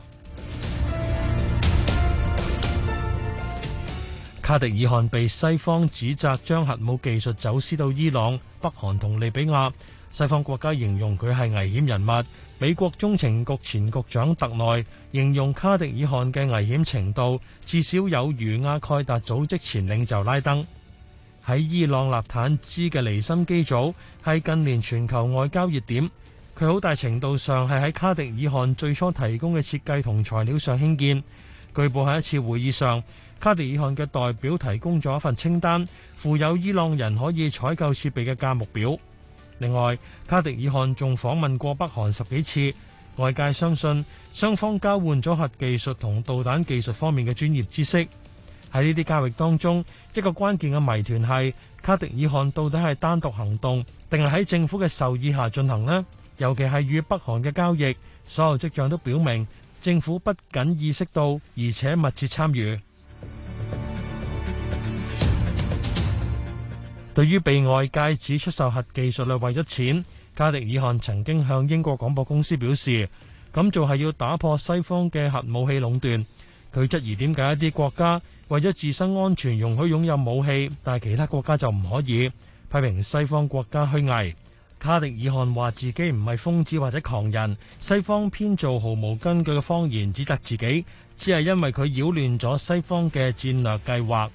卡迪爾汗被西方指責將核武技術走私到伊朗、北韓同利比亞，西方國家形容佢係危險人物。美國中情局前局長特內形容卡迪爾汗嘅危險程度，至少有如阿蓋達組織前領袖拉登。喺伊朗納坦茲嘅離心機組係近年全球外交熱點，佢好大程度上係喺卡迪爾汗最初提供嘅設計同材料上興建。據報喺一次會議上，卡迪爾汗嘅代表提供咗一份清單，附有伊朗人可以採購設備嘅價目表。另外，卡迪爾汗仲訪問過北韓十幾次，外界相信雙方交換咗核技術同導彈技術方面嘅專業知識。喺呢啲交易當中，一個關鍵嘅謎團係卡迪爾汗到底係單獨行動，定係喺政府嘅授意下進行呢？尤其係與北韓嘅交易，所有跡象都表明政府不僅意識到，而且密切參與。對於被外界指出售核技術係為咗錢，卡迪爾汗曾經向英國廣播公司表示，咁做係要打破西方嘅核武器壟斷。佢質疑點解一啲國家為咗自身安全容許擁有武器，但係其他國家就唔可以，批評西方國家虛偽。卡迪爾汗話自己唔係瘋子或者狂人，西方編造毫無根據嘅謊言指責自己，只係因為佢擾亂咗西方嘅戰略計劃。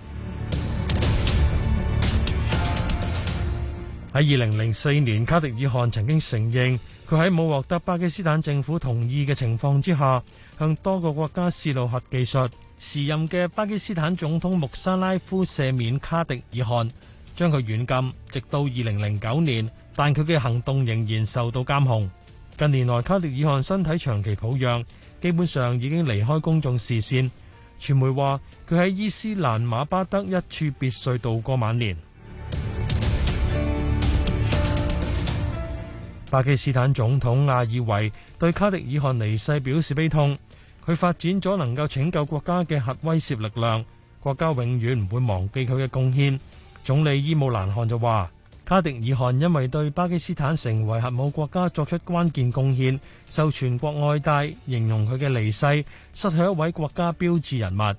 喺二零零四年，卡迪爾汗曾經承認佢喺冇獲得巴基斯坦政府同意嘅情況之下，向多個國家泄露核技術。時任嘅巴基斯坦總統穆沙拉夫赦免卡迪爾汗，將佢軟禁，直到二零零九年，但佢嘅行動仍然受到監控。近年來，卡迪爾汗身體長期抱恙，基本上已經離開公眾視線。傳媒話佢喺伊斯蘭馬巴德一處別墅度過晚年。巴基斯坦總統阿爾維對卡迪爾汗離世表示悲痛。佢發展咗能夠拯救國家嘅核威懾力量，國家永遠唔會忘記佢嘅貢獻。總理伊姆蘭汗就話，卡迪爾汗因為對巴基斯坦成為核武國家作出關鍵貢獻，受全國愛戴，形容佢嘅離世失去一位國家標誌人物。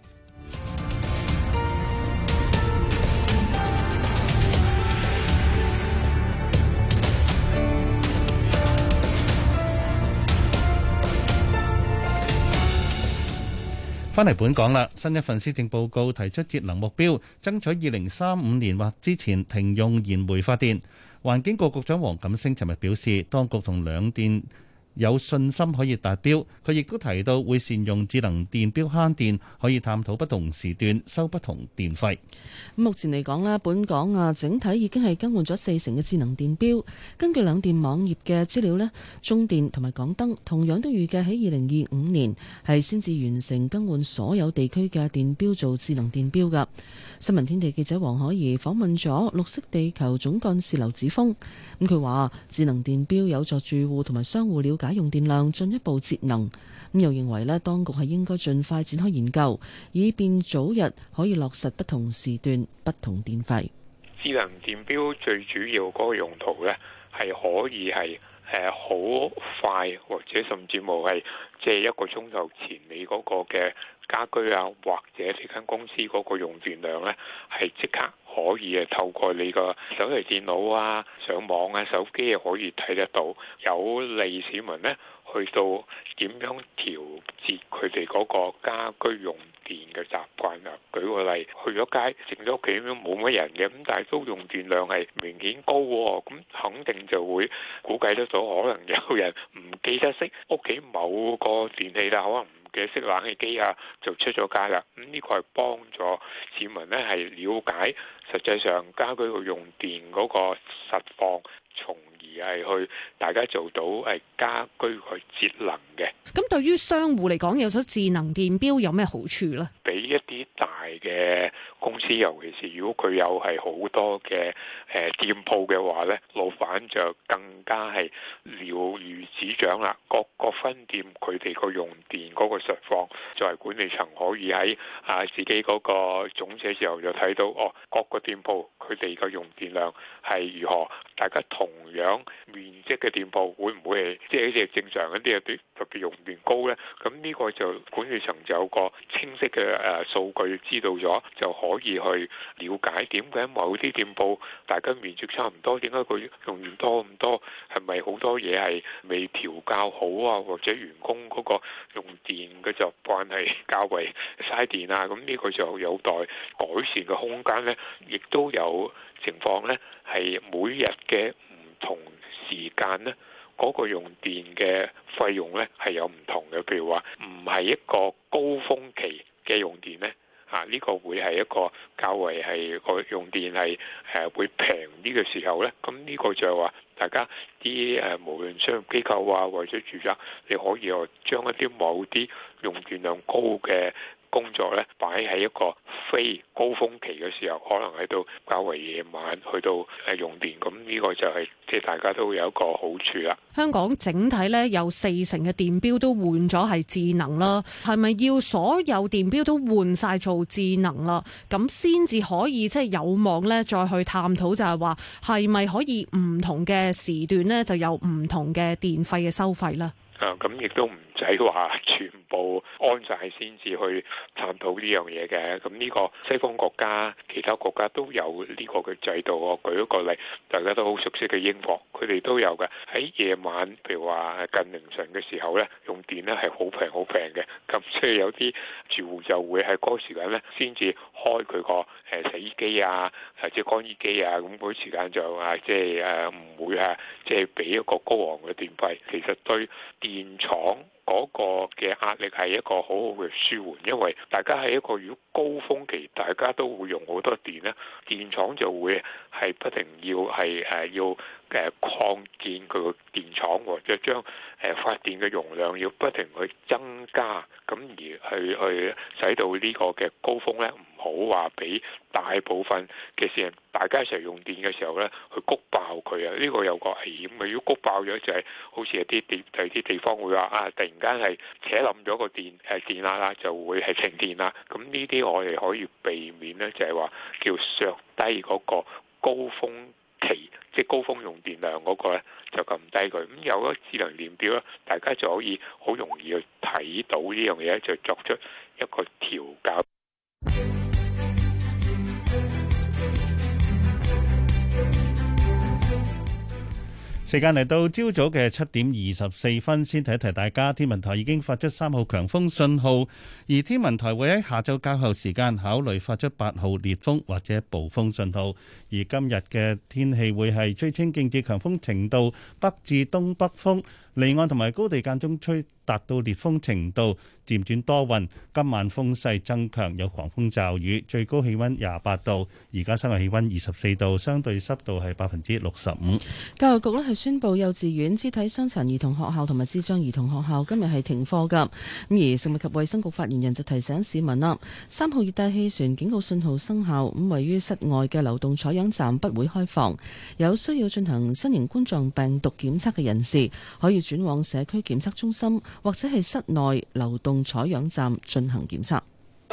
返嚟本港啦，新一份施政報告提出節能目標，爭取二零三五年或之前停用燃煤發電。環境局局長黃錦星尋日表示，當局同兩電有信心可以達標。佢亦都提到會善用智能電錶慳電，可以探討不同時段收不同電費。 目前嚟講咧，本港啊整體已經係更換咗四成嘅智能電錶。根據兩電網頁嘅資料咧，中電同埋港燈同樣都預計喺二零二五年係先至完成更換所有地區嘅電錶做智能電錶㗎。新聞天地記者黃可怡訪問咗綠色地球總幹事劉子峰，咁佢話智能電錶有助住戶同埋商戶了解用電量，進一步節能。咁又認為咧，當局係應該盡快展開研究，以便早日可以落實不同時段不同電費。 智能電錶最主要嗰個用途咧，係可以係誒好快，或者甚至乎係即係一個鐘頭前你嗰個嘅家居啊，或者呢間公司嗰個用電量咧，係即刻可以誒透過你個手提電腦啊、上網啊、手機啊可以睇得到，有利市民咧去到點樣調節佢哋嗰個家居用電嘅習慣啊。舉個例，去咗街，剩咗屋企都冇乜人嘅，咁但係都用電量係明顯高喎，咁肯定就會估計得到，可能有人唔記得熄屋企某個電器啦，可能唔記得熄冷氣機啊，就出咗街啦。咁呢個係幫助市民呢係了解實際上家居個用電嗰個實況，從而係去大家做到係家居去節能嘅。 咁對於商戶嚟講，有咗智能電錶有咩好處呢？ 俾一啲大嘅公司，尤其是如果佢有係好多嘅誒店鋪嘅話咧，老闆就更加係了如指掌啦。各個分店佢哋個用電嗰個實況，作為管理層可以喺啊自己嗰個總寫時候就睇到哦，各個店鋪佢哋個用電量係如何，大家同樣面積嘅店鋪會唔會係即係好似正常一啲有啲特別用電高咧？咁呢個就管理層就有個清晰嘅誒數據知道咗，就可以去了解點解某啲店鋪大家面積差唔多，點解佢用電多咁多？係咪好多嘢係未調校好啊？或者員工嗰個用電嘅習慣係較為嘥電啊？咁呢個就有待改善嘅空間咧，亦都有情況咧係每日嘅唔同時間咧，嗰個用電嘅費用咧係有唔同嘅。譬如話唔係一個高峰期嘅用電咧，啊呢個會係一個較為係個用電係誒會平啲嘅時候咧，咁呢個就係話大家啲誒無論商業機構啊或者住宅，你可以又將一啲某啲用電量高嘅工作咧擺喺一個非高峰期嘅時候，可能喺度較為夜晚去到誒用電，咁呢個就係即係大家都有一個好處啦。 香港整體咧有四成嘅電錶都換咗係智能啦，係咪要所有電錶都換晒做智能啦？咁先至可以即係有望咧再去探討，就係話係咪可以唔同嘅時段咧就有唔同嘅電費嘅收費啦？ 啊，咁亦都唔使話全部安晒先至去探討呢樣嘢嘅。咁呢個西方國家、其他國家都有呢個嘅制度。我舉一個例，大家都好熟悉嘅英國，佢哋都有嘅。喺夜晚，譬如話近凌晨嘅時候咧，用電咧係好平好平嘅。咁所以有啲住戶就會喺嗰個時間咧先至開佢個誒洗衣機啊，或者乾衣機啊，咁嗰時間就啊即係誒唔會啊即係俾一個高昂嘅電費。其實對電廠嗰個嘅壓力係一個好好嘅舒緩，因為大家喺一個如果高峰期，大家都會用好多電咧，電廠就會係不停要係誒要誒擴建佢個電廠，或者將誒發電嘅容量要不停去增加，咁而去去使到呢個嘅高峰咧，唔好話俾大部分嘅市民大家一齊用電嘅時候咧，去谷爆佢啊！呢個有個危險嘅，如果谷爆咗就係好似一啲地第啲地方會話啊，突然間係扯冧咗個電誒電壓啦，就會係停電啦。咁呢啲我哋可以避免咧，就係話叫削低嗰個高峰期，即係高峰用電量嗰個咧，就撳低佢。咁有咗智能電錶咧，大家就可以好容易去睇到呢樣嘢，就作出一個調校。 時間嚟到朝早嘅七點二十四分，先提一提大家，天文台已經發出三號強風信號，而天文台會喺下晝較後時間考慮發出八號烈風或者暴風信號。而今日嘅天氣會係吹清勁至強風程度，北至東北風，離岸同埋高地間中吹達到烈風程度，漸轉多雲。今晚風勢增強，有狂風驟雨，最高氣溫廿八度。而家室外氣溫二十四度，相對濕度係百分之六十五。 教育局咧係宣布幼稚園、肢體傷殘兒童學校同埋智障兒童學校今日係停課㗎。咁而食物及衛生局發言人就提醒市民啦，三號熱帶氣旋警告信號生效，咁位於室外嘅流動採樣站不會開放。有需要進行新型冠狀病毒檢測嘅人士，可以轉往社區檢測中心或者係室內流動採樣站進行檢測。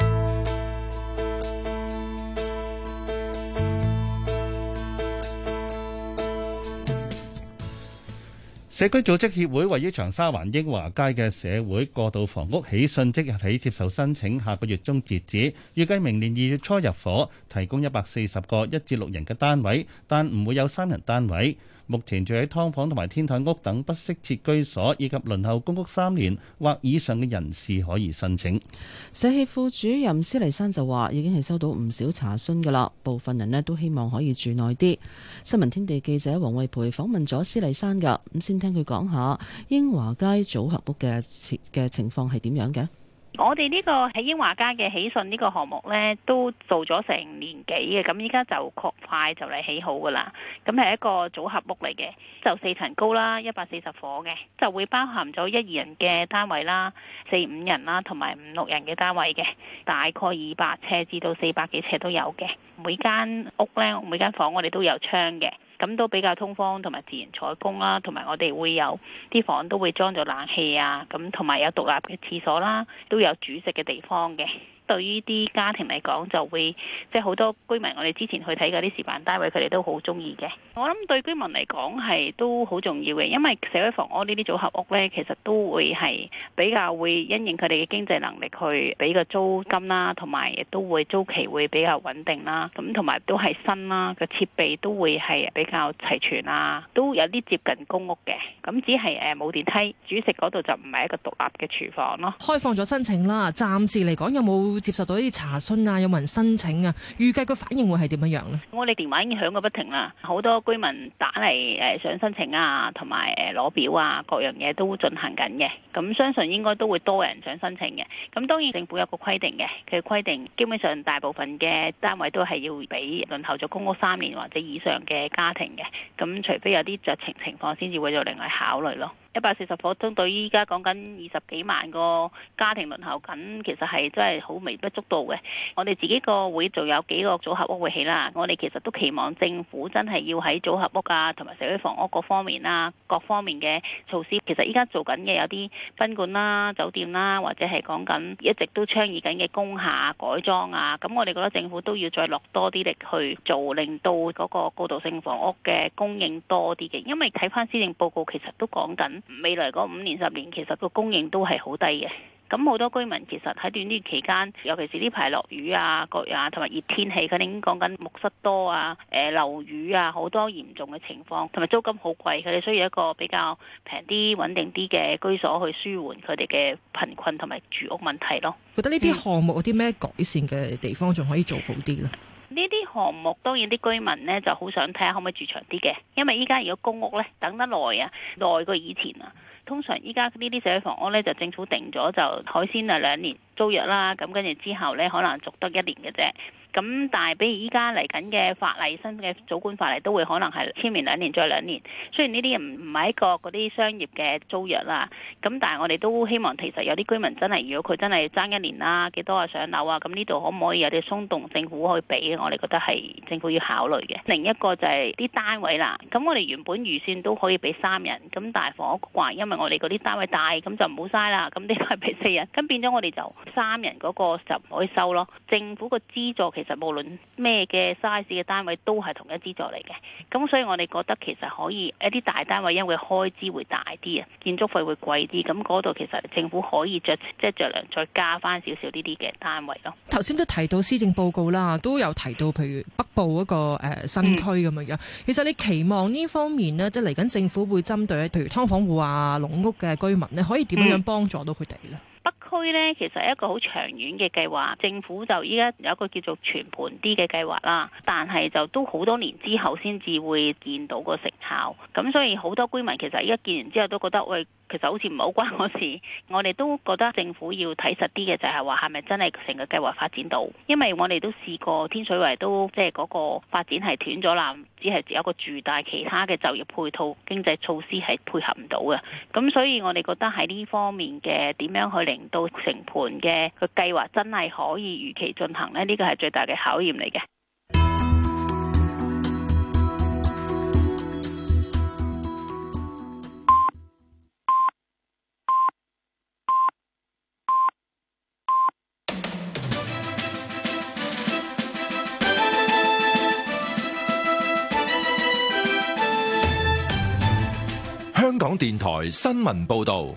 社區組織協會位於長沙灣英華街嘅社會過渡房屋喜訊即日起接受申請，下個月中截止，預計明年二月初入伙，提供一百四十個一至六人嘅單位，但唔會有三人單位。目前住喺劏房同埋天台屋等不適切居所以及輪候公屋三年或以上嘅人士可以申請。 社協副主任施麗珊就話已經係收到唔少查詢㗎啦，部分人呢都希望可以住耐啲。新聞天地記者黃慧培訪問咗施麗珊㗎，咁先聽佢講下英華街組合屋嘅嘅情況係點樣嘅。 我哋呢個喺英華街嘅喜訊呢個項目呢，都做咗成年幾嘅，咁依家就確快就嚟起好噶啦。咁係一個組合屋嚟嘅，就四層高啦，一百四十伙嘅，就會包含咗一二人嘅單位啦，四五人啦，同埋五六人嘅單位嘅，大概二百尺至到四百幾尺都有嘅。每間屋呢，每間房我哋都有窗嘅。咁都比較通風同埋自然採光啦，同埋我哋會有啲房都會裝咗冷氣啊，咁同埋有獨立嘅廁所啦，都有煮食嘅地方嘅。對於啲家庭嚟講就會即係好多居民，我哋之前去睇嗰啲示範單位，佢哋都好中意嘅。我諗對居民嚟講係都好重要嘅，因為社會房屋呢啲組合屋呢，其實都會係比較會因應佢哋嘅經濟能力去俾個租金啦，同埋亦都會租期會比較穩定啦。咁同埋都係新啦，個設備都會係比較齊全啊，都有啲接近公屋嘅。咁只係誒冇電梯，煮食嗰度就唔係一個獨立嘅廚房咯。 開放咗申請啦，暫時嚟講有冇接受到一啲查詢啊？有冇人申請啊？預計個反應會係點樣樣呢？ 我哋電話已經響個不停啦，好多居民打嚟誒想申請啊，同埋誒攞表啊，各樣嘢都進行緊嘅。咁相信應該都會多人想申請嘅。咁當然政府有個規定嘅，佢規定基本上大部分嘅單位都係要俾輪候咗公屋三年或者以上嘅家庭嘅。咁除非有啲酌情情況，先至會再另外考慮咯。一百四十伙針對依家講緊二十幾萬個家庭輪候緊，其實係真係好微不足道嘅。我哋自己個會仲有幾個組合屋會起啦，我哋其實都期望政府真係要喺組合屋啊，同埋社會房屋各方面啦，各方面嘅措施。其實依家做緊嘅有啲賓館啦、酒店啦，或者係講緊一直都倡議緊嘅工廈改裝啊。咁我哋覺得政府都要再落多啲力去做，令到嗰個過渡性房屋嘅供應多啲嘅。因為睇翻施政報告，其實都講緊未來嗰五年十年，其實個供應都係好低嘅。咁好多居民其實喺短呢期間，尤其是呢排落雨啊、各樣啊，同埋熱天氣，佢哋已經講緊木蝨多啊、誒漏雨啊，好多嚴重嘅情況，同埋租金好貴，佢哋需要一個比較平啲、穩定啲嘅居所去舒緩佢哋嘅貧困同埋住屋問題咯。 覺得呢啲項目有啲咩改善嘅地方，仲可以做好啲咧？ 呢啲項目當然啲居民呢就好想睇下可唔可以住長啲嘅，因為依家如果公屋呢等得耐啊，耐過以前啊。通常依家呢啲社會房屋呢，就政府定咗就海鮮啊兩年租約啦，咁跟住之後呢，可能續得一年嘅啫。咁但係比如依家嚟緊嘅法例，新嘅組管法例都會可能係簽年兩年再兩年。雖然呢啲唔唔係一個嗰啲商業嘅租約啦，咁但係我哋都希望其實有啲居民真係，如果佢真係爭一年啦，幾多啊上樓啊，咁呢度可唔可以有啲鬆動，政府去俾？我哋覺得係政府要考慮嘅。另一個就係啲單位啦，咁我哋原本預算都可以俾三人，咁但係房屋局話因為我哋嗰啲單位大，咁就唔好嘥啦，咁呢個係俾四人，咁變咗我哋就三人嗰個就唔可以收咯。政府個資助其實無論咩嘅 size 嘅單位都係同一資助嚟嘅。咁所以我哋覺得其實可以一啲大單位因為開支會大啲啊，建築費會貴啲，咁嗰度其實政府可以着即係酌量再加翻少少呢啲嘅單位咯。 頭先都提到施政報告啦，都有提到譬如北部嗰個誒新區咁樣樣。嗯、其實你期望呢方面呢，即係嚟緊政府會針對譬如劏房戶啊、籠屋嘅居民呢，可以點樣幫助到佢哋呢？ 北區呢，其實係一個好長遠嘅計劃，政府就依家有一個叫做全盤啲嘅計劃啦，但係就都好多年之後先至會見到個成效，咁所以好多居民其實依家見完之後都覺得喂，其實好似唔係好關我事，我哋都覺得政府要睇實啲嘅就係話係咪真係成個計劃發展到，因為我哋都試過天水圍都即係嗰個發展係斷咗啦，只係有個住，但係其他嘅就業配套經濟措施係配合唔到嘅，咁所以我哋覺得喺呢方面嘅點樣去令到成盤嘅個計劃真係可以如期進行呢，呢個係最大嘅考驗嚟嘅。 香港電台新聞報道。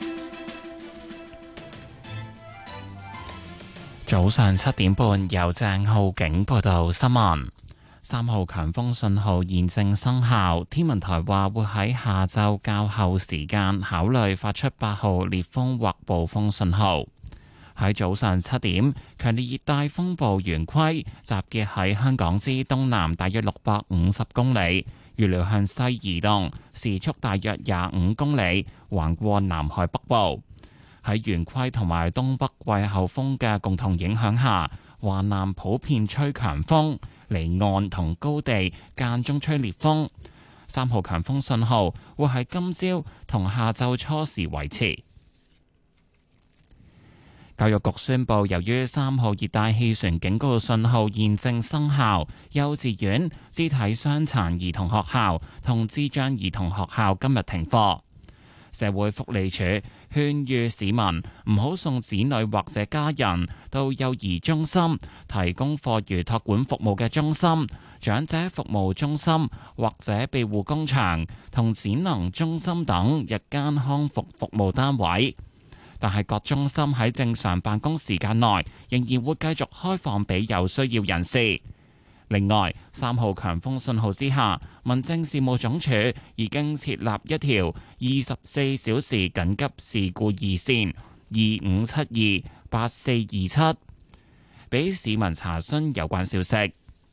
早上七點半，由鄭浩景報道新聞。三號強風信號現正生效，天文台話會喺下晝較後時間考慮發出八號烈風或暴風信號。喺早上七點，強烈熱帶風暴圓規集結喺香港之東南大約六百五十公里，預料向西移動，時速大約廿五公里，橫過南海北部。喺圓規同埋東北季候風嘅共同影響下，華南普遍吹強風，離岸同高地間中吹烈風。三號強風信號會喺今朝同下晝初時維持。教育局宣布，由於三號熱帶氣旋警告信號現正生效，幼稚園、肢體傷殘兒童學校同智障兒童學校今日停課。社會福利署勸喻市民唔好送子女或者家人到幼兒中心、提供課餘託管服務嘅中心、長者服務中心或者庇護工場同展能中心等日間康復服務單位。但係各中心喺正常辦公時間內仍然會繼續開放俾有需要人士。另外，三號強風信號之下，民政事務總署已經設立一條二十四小時緊急事故熱線二五七二八四二七，俾市民查詢有關消息。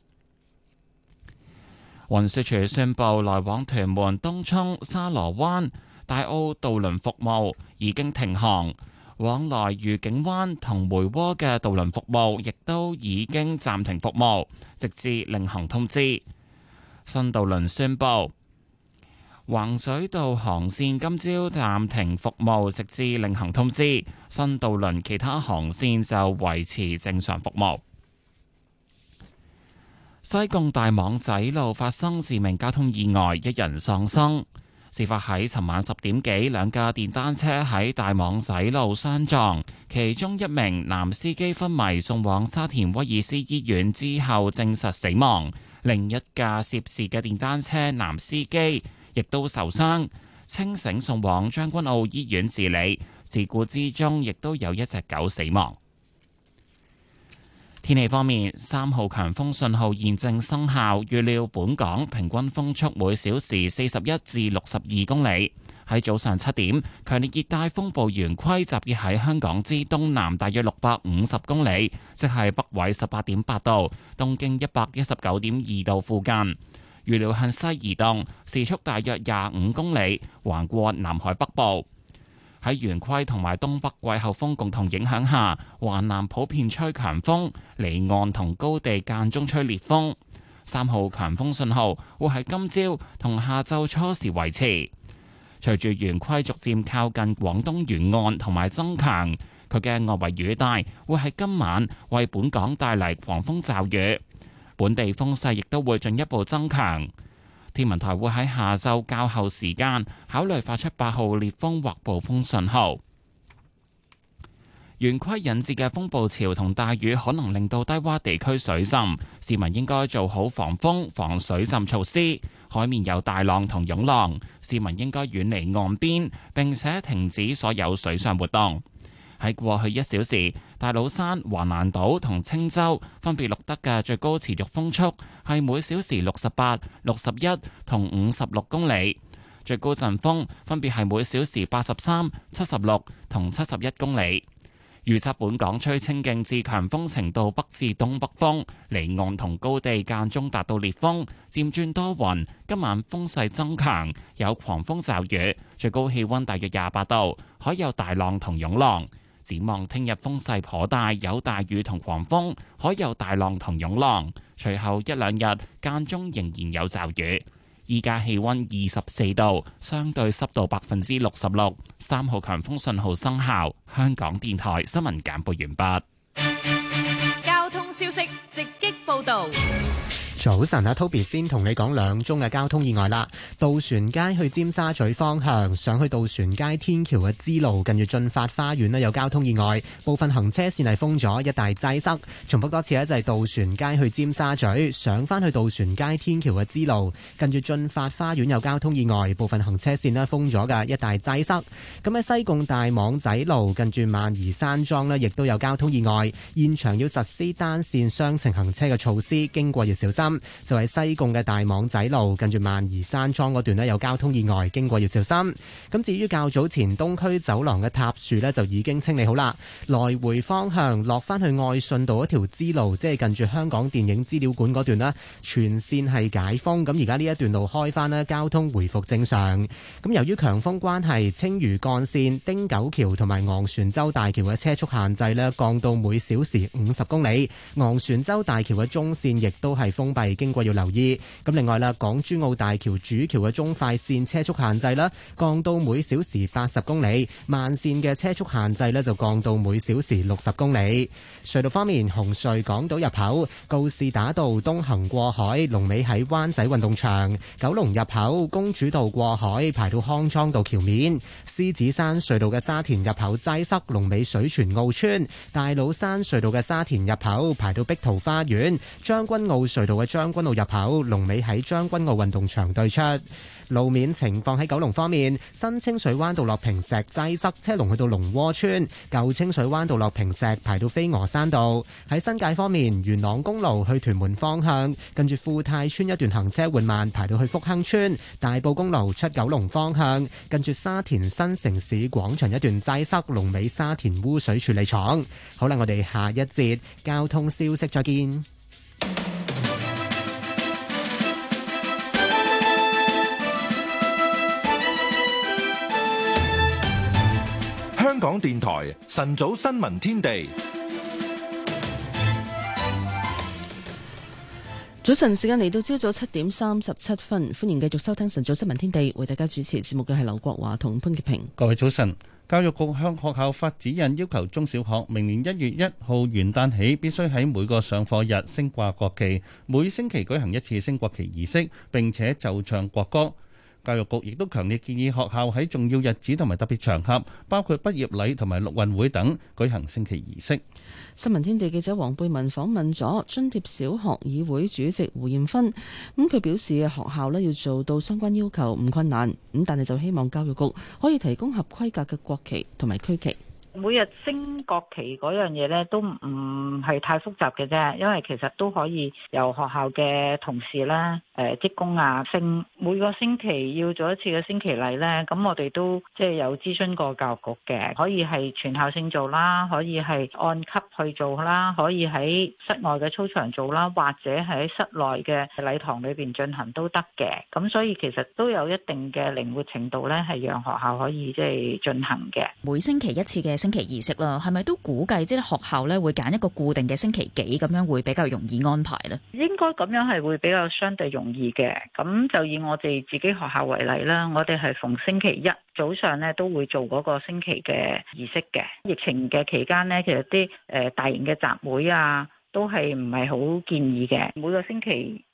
運輸署宣布，來往屯門、東涌、沙螺灣、大澳渡輪服務已經停航，往來愉景灣同梅窩嘅渡輪服務亦都已經暫停服務，直至另行通知。新渡輪宣布，橫水渡航線今朝暫停服務，直至另行通知。新渡輪其他航線就維持正常服務。西貢大網仔路發生致命交通意外，一人喪生。事發喺尋晚十點幾，兩架電單車喺大網仔路相撞，其中一名男司機昏迷送往沙田威爾斯醫院之後證實死亡，另一架涉事嘅電單車男司機亦都受傷，清醒送往將軍澳醫院治理。事故之中亦都有一隻狗死亡。天氣方面，三號強風信號現正生效，預料本港平均風速每小時四十一至六十二公里。喺早上七點，強烈熱帶風暴圓規集結喺香港之東南大約六百五十公里，即係北緯十八點八度、東經一百一十九點二度附近。預料向西移動，時速大約廿五公里，橫過南海北部。喺圓規同埋東北季候風共同影響下，華南普遍吹強風，離岸同高地間中吹烈風。三號強風信號會喺今朝同下晝初時維持。隨住圓規逐漸靠近廣東沿岸同埋增強，佢嘅外圍雨帶會喺今晚為本港帶嚟狂風驟雨，本地風勢亦都會進一步增強。天文台會喺下晝較後時間考慮發出八號烈風或暴風信號。 圓規引致嘅風暴潮同大雨可能令到低洼地區水浸，市民應該做好防風、防水浸措施。海面有大浪同湧浪，市民應該遠離岸邊，並且停止所有水上活動。喺過去一小時，大老山、橫瀾島同青洲分別錄得嘅最高持續風速係每小時六十八、六十一同五十六公里，最高陣風分別係每小時八十三、七十六同七十一公里。預測本港吹清勁至強風程度北至東北風，離岸同高地間中達到烈風，漸轉多雲。今晚風勢增強，有狂風驟雨，最高氣溫大約廿八度，海有大浪同湧浪。展望聽日風勢頗大，有大雨同狂風，海有大浪同湧浪。隨後一兩日間中仍然有驟雨。依家氣溫二十四度，相對濕度百分之六十六，三號強風信號生效。香港電台新聞簡報完畢。交通消息直擊報道。 早晨啊 ，Toby 先同你講兩宗嘅交通意外啦。渡船街去尖沙咀方向，上去渡船街天橋嘅支路，近住駿發花園咧有交通意外，部分行車線係封咗，一帶擠塞。重複多次咧，就係渡船街去尖沙咀，上翻去渡船街天橋嘅支路，近住駿發花園有交通意外，部分行車線咧封咗㗎，一帶擠塞。咁喺西貢大網仔路近住萬宜山莊咧，亦都有交通意外，現場要實施單線雙程行車嘅措施，經過要小心。就係西貢嘅大網仔路近住萬宜山莊嗰段咧有交通意外，經過要小心。咁至於較早前東區走廊嘅塌樹咧就已經清理好啦，來回方向落翻去愛信道一條支路，即係近住香港電影資料館嗰段啦，全線係解封。咁而家呢一段路開翻咧，交通回復正常。咁由於強風關係，青嶼幹線、汀九橋同埋昂船洲大橋嘅車速限制咧降到每小時五十公里，昂船洲大橋嘅中線亦都係封閉，經過要留意。咁另外啦，港珠澳大橋主橋嘅中快線車速限制啦，降到每小時八十公里；慢線嘅車速限制咧就降到每小時六十公里。隧道方面，紅隧港島入口告士打道東行過海，龍尾喺灣仔運動場；九龍入口公主道過海，排到康莊道橋面；獅子山隧道嘅沙田入口擠塞，龍尾水泉澳村；大老山隧道嘅沙田入口排到碧桃花園；將軍澳隧道嘅將軍澳入口龍尾喺將軍澳運動場對出。路面情況喺九龍方面，新清水灣道落坪石擠塞，車龍去到龍窩村；舊清水灣道落坪石排到飛鵝山道。喺新界方面，元朗公路去屯門方向，近住富泰村一段行車緩慢，排到去福亨村；大埔公路出九龍方向，近住沙田新城市廣場一段擠塞，龍尾沙田污水處理廠。好啦，我哋下一節交通消息再見。 香港電台晨早新聞天地， 早晨時間嚟到朝早七點三十七分，歡迎繼續收聽晨早新聞天地，為大家主持節目嘅係劉國華同潘潔平。 各位早晨，教育局向學校發指引，要求中小學明年一月一號元旦起，必須喺每個上課日升掛國旗，每星期舉行一次升國旗儀式，並且奏唱國歌。教育局亦都強烈建議學校喺重要日子同埋特別場合，包括畢業禮同埋陸運會等，舉行升旗儀式。 新聞天地記者黃貝文訪問咗津貼小學議會主席胡艷芬，咁佢表示學校咧要做到相關要求唔困難，咁但係就希望教育局可以提供合規格嘅國旗同埋區旗。 每日升國旗嗰樣嘢咧，都唔係太複雜嘅啫，因為其實都可以由學校嘅同事啦、誒職工啊升。每個星期要做一次嘅升旗禮咧，咁我哋都即係有諮詢過教育局嘅，可以係全校性做啦，可以係按級去做啦，可以喺室外嘅操場做啦，或者喺室內嘅禮堂裏邊進行都得嘅。咁所以其實都有一定嘅靈活程度咧，係讓學校可以即係進行嘅。 每星期一次嘅升旗儀式啦，係咪都估計即係學校咧會揀一個固定嘅星期幾咁樣會比較容易安排呢？ 應該咁樣係會比較相對容易嘅。咁就以我哋自己學校為例啦，我哋係逢星期一早上咧都會做嗰個升旗嘅儀式嘅。疫情嘅期間呢，其實啲誒大型嘅集會啊，都係唔係好建議嘅。每個星期一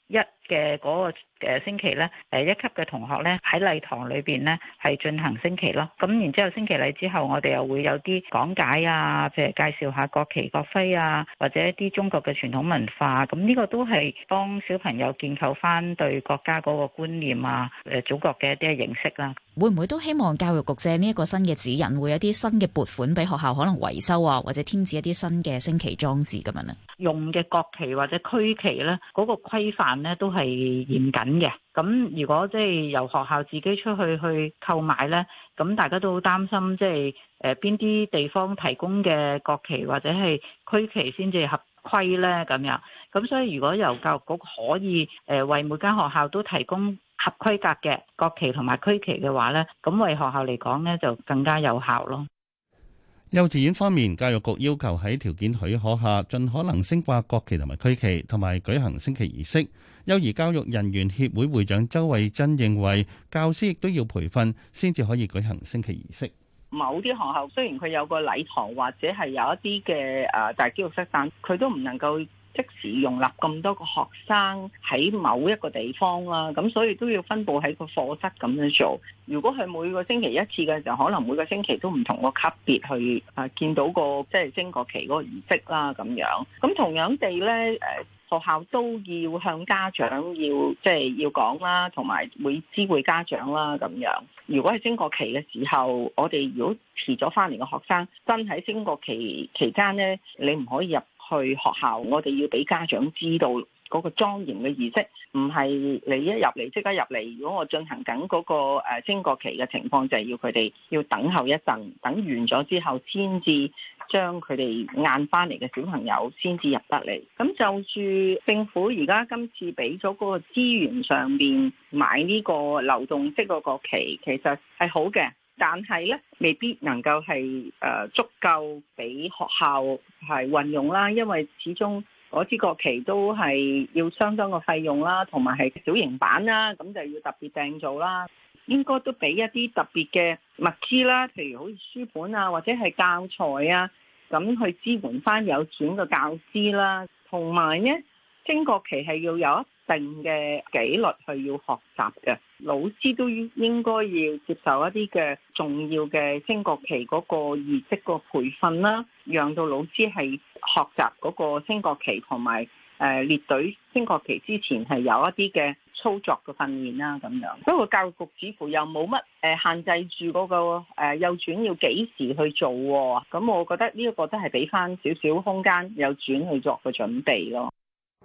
嘅嗰個誒升旗咧，誒一級嘅同學咧喺禮堂裏邊咧係進行升旗咯。咁然之後升旗禮之後，我哋又會有啲講解啊，譬如介紹下國旗國徽啊，或者一啲中國嘅傳統文化。咁呢個都係幫小朋友建構翻對國家嗰個觀念啊，誒祖國嘅一啲認識啦。 會唔會都希望教育局借呢一個新嘅指引，會有啲新嘅撥款俾學校，可能維修啊，或者添置一啲新嘅升旗裝置咁樣呢？ 用嘅國旗或者區旗咧，嗰個規範咧都係嚴謹嘅。咁如果即係由學校自己出去去購買咧，咁大家都好擔心，即係誒邊啲地方提供嘅國旗或者係區旗先至合規咧咁樣。咁所以如果由教育局可以誒為每間學校都提供合規格嘅國旗同埋區旗嘅話咧，咁為學校嚟講咧就更加有效咯。 幼稚園方面，教育局要求喺條件許可下，盡可能升掛國旗同埋區旗，同埋舉行升旗儀式。幼兒教育人員協會會長周慧珍認為，教師亦都要培訓，先至可以舉行升旗儀式。 某啲學校雖然佢有個禮堂或者係有一啲嘅誒大肌肉室，但佢都唔能夠即時容納咁多個學生喺某一個地方啦，咁所以都要分佈喺個課室咁樣做。如果係每個星期一次嘅時候，可能每個星期都唔同個級別去啊見到個即係升國旗嗰個儀式啦咁樣。咁同樣地咧，誒學校都要向家長要即係要講啦，同埋會知會家長啦咁樣。如果係升國旗嘅時候，我哋如果遲咗翻嚟嘅學生真喺升國旗期間咧，你唔可以入去學校，我哋要俾家長知道嗰個莊嚴嘅儀式，唔係你一入嚟即刻入嚟。如果我進行緊嗰個誒升國旗嘅情況，就係要佢哋要等候一陣，等完咗之後先至將佢哋晏翻嚟嘅小朋友先至入得嚟。咁就住政府而家今次俾咗嗰個資源上邊買呢個流動式個國旗，其實係好嘅。但係咧，未必能夠係誒足夠俾學校係運用啦，因為始終嗰支國旗都係要相當嘅費用啦，同埋係小型版啦，咁就要特別訂做啦。應該都俾一啲特別嘅物資啦，譬如好似書本啊，或者係教材啊，咁去支援翻有錢嘅教師啦。同埋呢，升國旗係要有一定嘅紀律去要學習嘅。老師都應該要接受一啲嘅重要嘅升國旗嗰個儀式個培訓啦，讓到老師係學習嗰個升國旗同埋誒列隊升國旗之前係有一啲嘅操作嘅訓練啦咁樣。不過教育局似乎又冇乜誒限制住嗰個誒幼稚園要幾時去做喎，咁我覺得呢一個都係俾翻少少空間幼稚園去作個準備咯。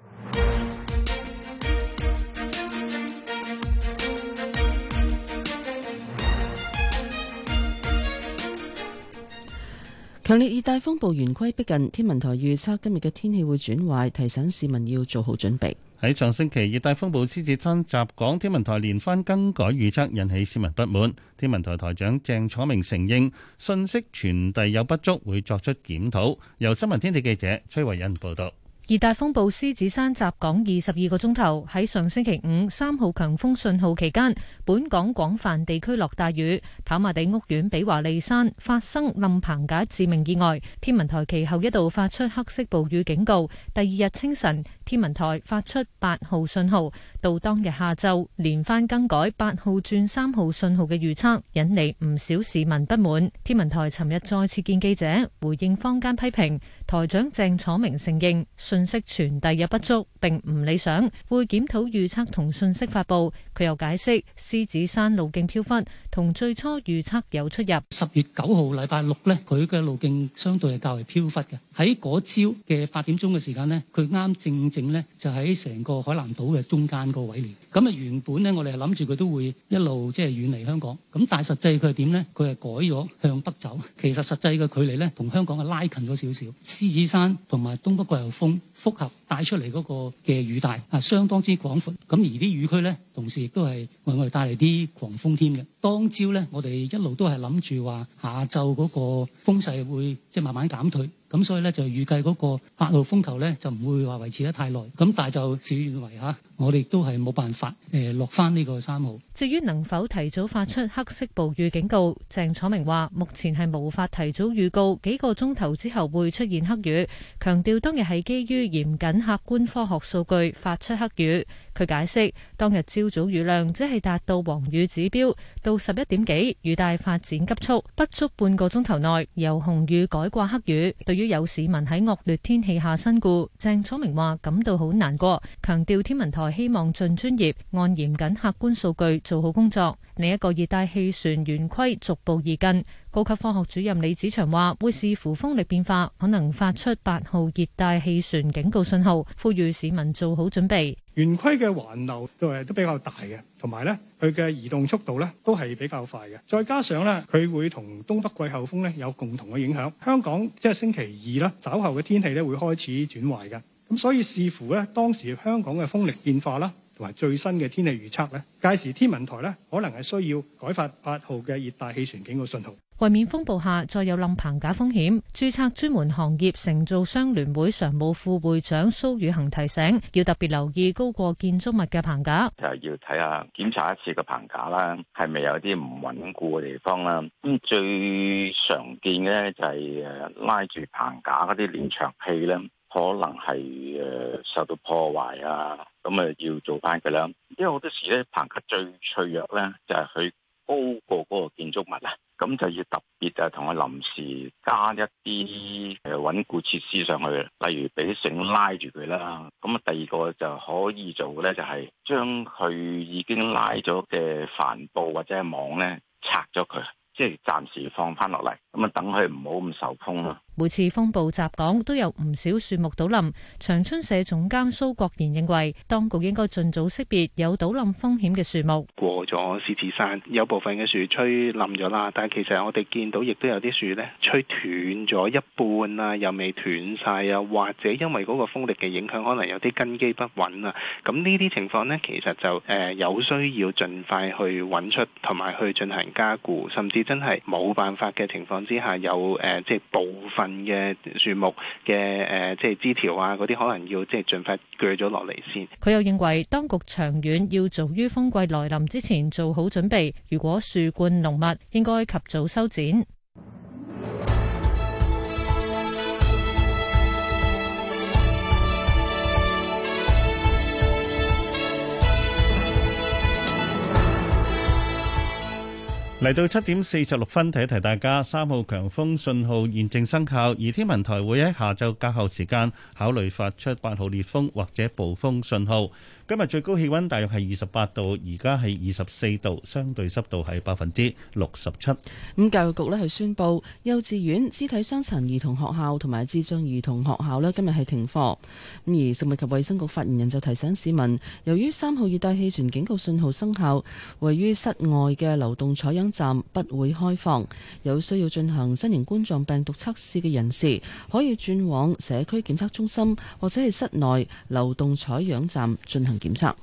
強烈熱帶風暴圓規逼近，天文台預測今日嘅天氣會轉壞，提醒市民要做好準備。 喺上星期，熱帶風暴獅子山襲港，天文台連番更改預測，引起市民不滿。天文台台長鄭楚明承認信息傳遞有不足，會作出檢討。由新聞天地記者崔慧欣報道。 熱帶風暴獅子山襲港二十二個鐘頭，喺上星期五三號強風信號期間，本港廣泛地區落大雨，跑馬地屋苑比華利山發生冧棚架致命意外。天文台其後一度發出黑色暴雨警告，第二日清晨天文台發出八號信號，到當日下晝連番更改八號轉三號信號嘅預測，引嚟唔少市民不滿。天文台尋日再次見記者回應坊間批評，台長鄭楚明承認信息傳遞有不足，並唔理想，會檢討預測同信息發布。佢又解釋，獅子山路徑飄忽，同最初預測有出入。 十月九號禮拜六呢，佢嘅路徑相對係較為飄忽嘅。喺嗰朝嘅八點鐘嘅時間呢，佢啱正正呢就喺成個海南島嘅中間個位嚟。咁啊原本呢，我哋係諗住佢都會一路即係遠離香港。咁但係實際佢係點呢？佢係改咗向北走。其實實際嘅距離呢，同香港係拉近咗少少。獅子山同埋東北季候風複合帶出嚟嗰個嘅雨帶啊，相當之廣闊。咁而啲雨區呢，同時亦都係為我哋帶嚟啲狂風添嘅。當朝呢，我哋一路都係諗住話下晝嗰個風勢會即係慢慢減退。咁所以咧就預計嗰個八號風球咧就唔會話維持得太耐，咁但係就事與願違嚇，我哋都係冇辦法誒落翻呢個三號。 至於能否提早發出黑色暴雨警告，鄭楚明話目前係無法提早預告幾個鐘頭之後會出現黑雨，強調當日係基於嚴謹客觀科學數據發出黑雨。 佢解釋，當日朝早雨量只係達到黃雨指標，到十一點幾雨帶發展急速，不足半個鐘頭內由紅雨改掛黑雨。對於有市民喺惡劣天氣下身故，鄭楚明話感到好難過，強調天文台希望盡專業，按嚴謹客觀數據做好工作。另一個熱帶氣旋圓規逐步移近，高級科學主任李子祥話會視乎風力變化，可能發出八號熱帶氣旋警告信號，呼籲市民做好準備。 圓規嘅環流都係都比較大嘅，同埋咧佢嘅移動速度咧都係比較快嘅。再加上咧佢會同東北季候風咧有共同嘅影響，香港即係星期二啦，稍後嘅天氣咧會開始轉壞嘅。咁所以視乎咧當時香港嘅風力變化啦，同埋最新嘅天氣預測咧，屆時天文台咧可能係需要改發八號嘅熱帶氣旋警告信號。 為免風暴下再有冧棚架風險，註冊專門行業承造商聯會常務副會長蘇宇恒提醒，要特別留意高過建築物嘅棚架， 就係要睇下檢查一次個棚架啦，係咪有啲唔穩固嘅地方啦。咁最常見嘅咧就係誒拉住棚架嗰啲連牆器咧，可能係誒受到破壞啊，咁啊要做翻佢啦。因為好多時咧棚架最脆弱咧就係佢高過嗰個建築物啊。咁就要特別就係同佢臨時加一啲誒穩固設施上去，例如俾繩拉住佢啦。咁啊，第二個就可以做嘅咧，就係將佢已經拉咗嘅帆布或者係網咧拆咗佢，即係暫時放翻落嚟，咁啊等佢唔好咁受風咯。 每次風暴襲港都有唔少樹木倒冧，長春社總監蘇國賢認為，當局應該盡早識別有倒冧風險嘅樹木。 過咗獅子山，有部分嘅樹吹冧咗啦，但係其實我哋見到亦都有啲樹咧吹斷咗一半啊，又未斷晒啊，或者因為嗰個風力嘅影響，可能有啲根基不穩啊。咁呢啲情況呢，其實就誒有需要盡快去揾出，同埋去進行加固，甚至真係冇辦法嘅情況之下，有誒即係部分嘅樹木嘅誒，即係枝條啊，嗰啲可能要即係盡快鋸咗落嚟先。 佢又認為，當局長遠要早於風季來臨之前做好準備。如果樹冠濃密，應該及早修剪。 嚟到七點四十六分，提一提大家，三號強風信號現正生效，而天文台會喺下晝較後時間考慮發出八號烈風或者暴風信號。今日最高氣溫大約係二十八度，而家係二十四度，相對濕度係百分之六十七。 咁教育局呢係宣布，幼稚園、肢體傷殘兒童學校同埋智障兒童學校呢今日係停課。咁而食物及衛生局發言人就提醒市民，由於三號熱帶氣旋警告信號生效，位於室外嘅流動採樣站不會開放，有需要進行新型冠狀病毒測試嘅人士可以轉往社區檢測中心或者係室內流動採樣站進行檢測。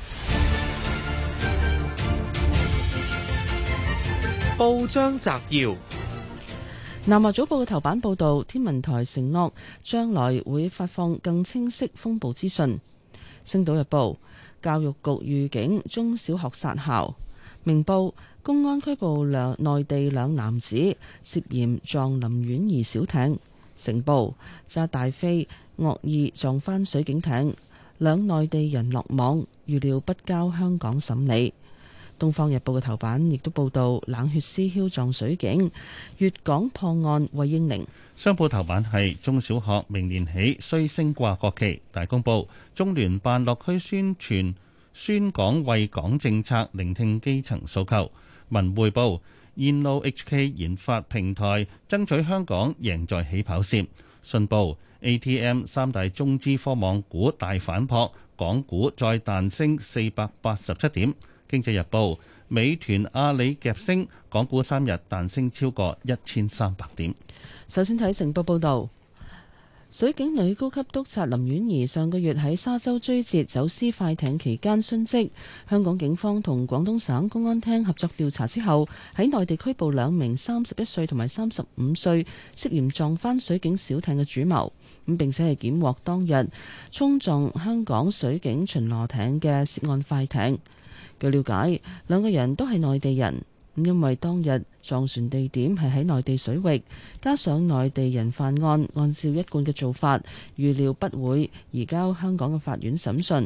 報章摘要： 南華早報嘅頭版報道，天文台承諾將來會發放更清晰風暴資訊。星島日報，教育局預警中小學殺校。明報，公安拘捕兩內地兩男子涉嫌撞林婉儀小艇。成報，揸大飛惡意撞翻水警艇，兩內地人落網，預料不交香港審理。東方日報嘅頭版亦都報道冷血私梟撞水警，粵港破案為英靈。 商報頭版係中小學明年起需升掛國旗。大公報，中聯辦落區宣傳宣講惠港政策，聆聽基層訴求。文匯報，燕路 H K 研發平台爭取香港贏在起跑線。信報， A T M 三大中資科網股大反撲，港股再彈升四百八十七點。經濟日報，美團阿里夾升，港股三日彈升超過一千三百點。 首先睇成報報導。水警女高級督察林婉儀上個月喺沙洲追截走私快艇期間殉職，香港警方同廣東省公安廳合作調查之後，喺內地拘捕兩名三十一歲同埋三十五歲涉嫌撞翻水警小艇嘅主謀，咁並且係檢獲當日衝撞香港水警巡邏艇嘅涉案快艇。據了解，兩個人都係內地人。因為當日撞船地點係喺內地水域，加上內地人犯案，按照一貫嘅做法，預料不會移交香港嘅法院審訊。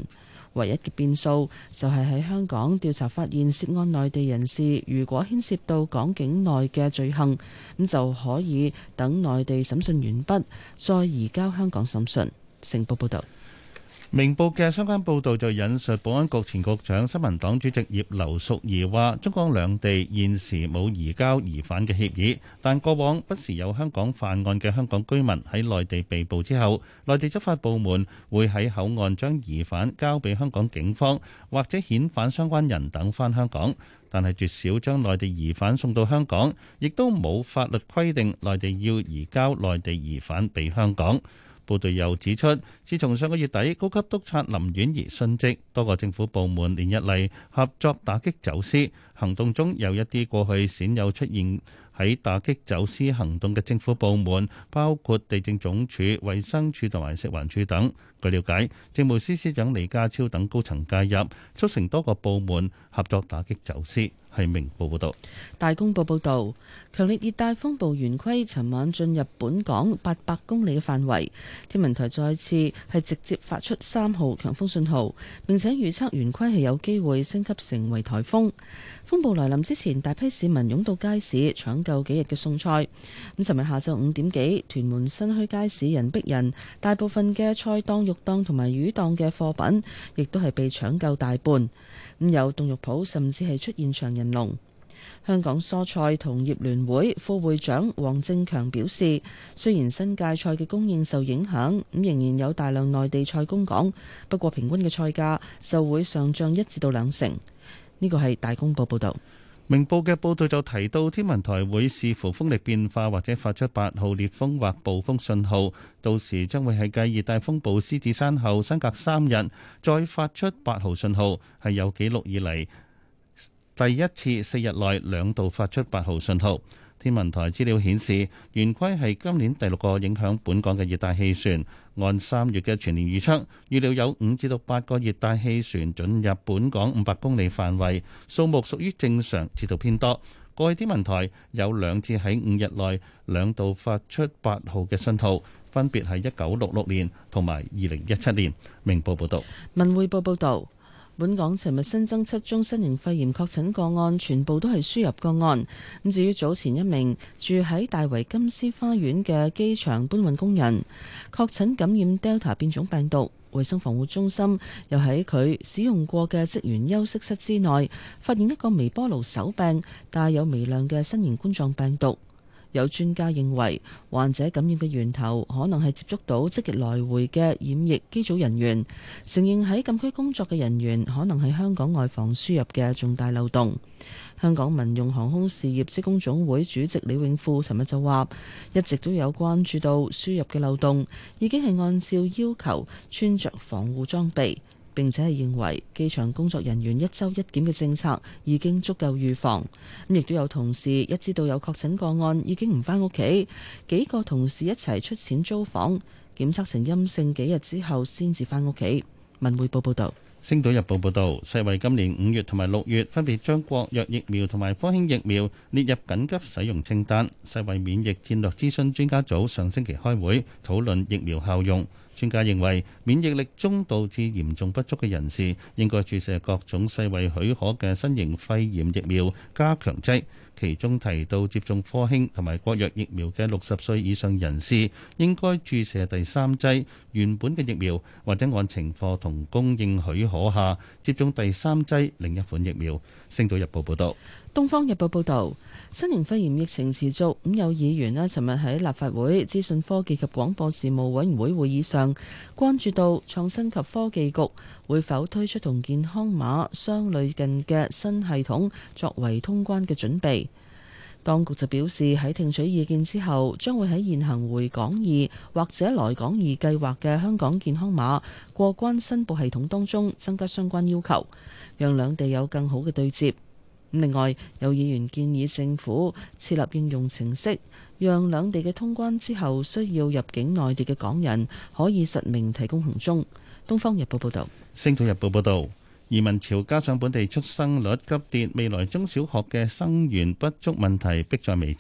唯一嘅變數就係喺香港調查發現涉案內地人士如果牽涉到港境內嘅罪行，咁就可以等內地審訊完畢，再移交香港審訊。成報報導。 明報嘅相關報導就引述保安局前局長、新民黨主席葉劉淑儀話：中港兩地現時冇移交疑犯嘅協議，但過往不時有香港犯案嘅香港居民喺內地被捕之後，內地執法部門會喺口岸將疑犯交俾香港警方，或者遣返相關人等返香港，但係絕少將內地疑犯送到香港，亦都冇法律規定內地要移交內地疑犯俾香港。報道又指出，自從上個月底高級督察林婉儀殉職，多個政府部門連日嚟合作打擊走私行動中，有一啲過去鮮有出現喺打擊走私行動嘅政府部門，包括地政總署、衛生署同埋食環署等。據了解，政務司司長李家超等高層介入，促成多個部門合作打擊走私。係明報報道。 大公報報導，強烈熱帶風暴圓規尋晚進入本港八百公里嘅範圍，天文台再次係直接發出三號強風信號，並且預測圓規係有機會升級成為颱風。風暴來臨之前，大批市民湧到街市搶購幾日嘅餸菜。咁尋日下晝五點幾，屯門新墟街市人逼人，大部分嘅菜檔、肉檔同埋魚檔嘅貨品，亦都係被搶購大半。咁有凍肉鋪甚至係出現長人龍。香港蔬菜同業聯會副會長黃正強表示，雖然新界菜嘅供應受影響，咁仍然有大量內地菜供港，不過平均嘅菜價就會上漲一至到兩成。呢個係大公報報導。 明報嘅報導就提到，天文台會視乎風力變化或者發出八號烈風或暴風信號，到時將會係繼熱帶風暴獅子山後相隔三日再發出八號信號，係有記錄以嚟第一次四日內兩度發出八號信號。天文台資料顯示，圓規係今年第六個影響本港嘅熱帶氣旋。按三月嘅全年預測，預料有五至到八個熱帶氣旋進入本港五百公里範圍，數目屬於正常至到偏多。過去天文台有兩次喺五日內兩度發出八號嘅信號，分別係一九六六年同埋二零一七年。明報報道。 文匯報報導。本港尋日新增七宗新型肺炎確診個案，全部都係輸入個案。咁至於早前一名住喺大圍金獅花園嘅機場搬運工人，確診感染 Delta 變種病毒，衛生防護中心又喺佢使用過嘅職員休息室之內，發現一個微波爐手柄帶有微量嘅新型冠狀病毒。有專家認為，患者感染嘅源頭可能係接觸到積極來回嘅染疫機組人員，承認喺禁區工作嘅人員可能係香港外防輸入嘅重大漏洞。香港民用航空事業職工總會主席李永富尋日就話，一直都有關注到輸入嘅漏洞，已經係按照要求穿着防護裝備。並且係認為機場工作人員一週一檢嘅政策已經足夠預防。咁亦都有同事一知道有確診個案，已經唔返屋企，幾個同事一齊出錢租房，檢測成陰性幾日之後先至返屋企。文匯報報導。 星島日報報導，世衛今年五月同埋六月分別將國藥疫苗同埋科興疫苗列入緊急使用清單。世衛免疫戰略諮詢專家組上星期開會討論疫苗效用。專家認為，免疫力中度至嚴重不足嘅人士應該注射各種世衛許可嘅新型肺炎疫苗加強劑。其中提到，接種科興同埋國藥疫苗嘅六十歲以上人士應該注射第三劑原本嘅疫苗，或者按情況同供應許可下接種第三劑另一款疫苗。星島日報報道。 東方日報報導，新型肺炎疫情持續，咁有議員咧，尋日喺立法會資訊科技及廣播事務委員會會議上，關注到創新及科技局會否推出同健康碼相類近嘅新系統，作為通關嘅準備。當局就表示，喺聽取意見之後，將會喺現行回港易或者來港易計劃嘅香港健康碼過關申報系統當中增加相關要求，讓兩地有更好嘅對接。另外，有議員建議政府設立應用程式，讓兩地嘅通關之後需要入境內地嘅港人可以實名提供行蹤。《東方日報》報道。 《星島日報》報道，移民潮加上本地出生率急跌，未來中小學嘅生源不足問題迫在眉睫。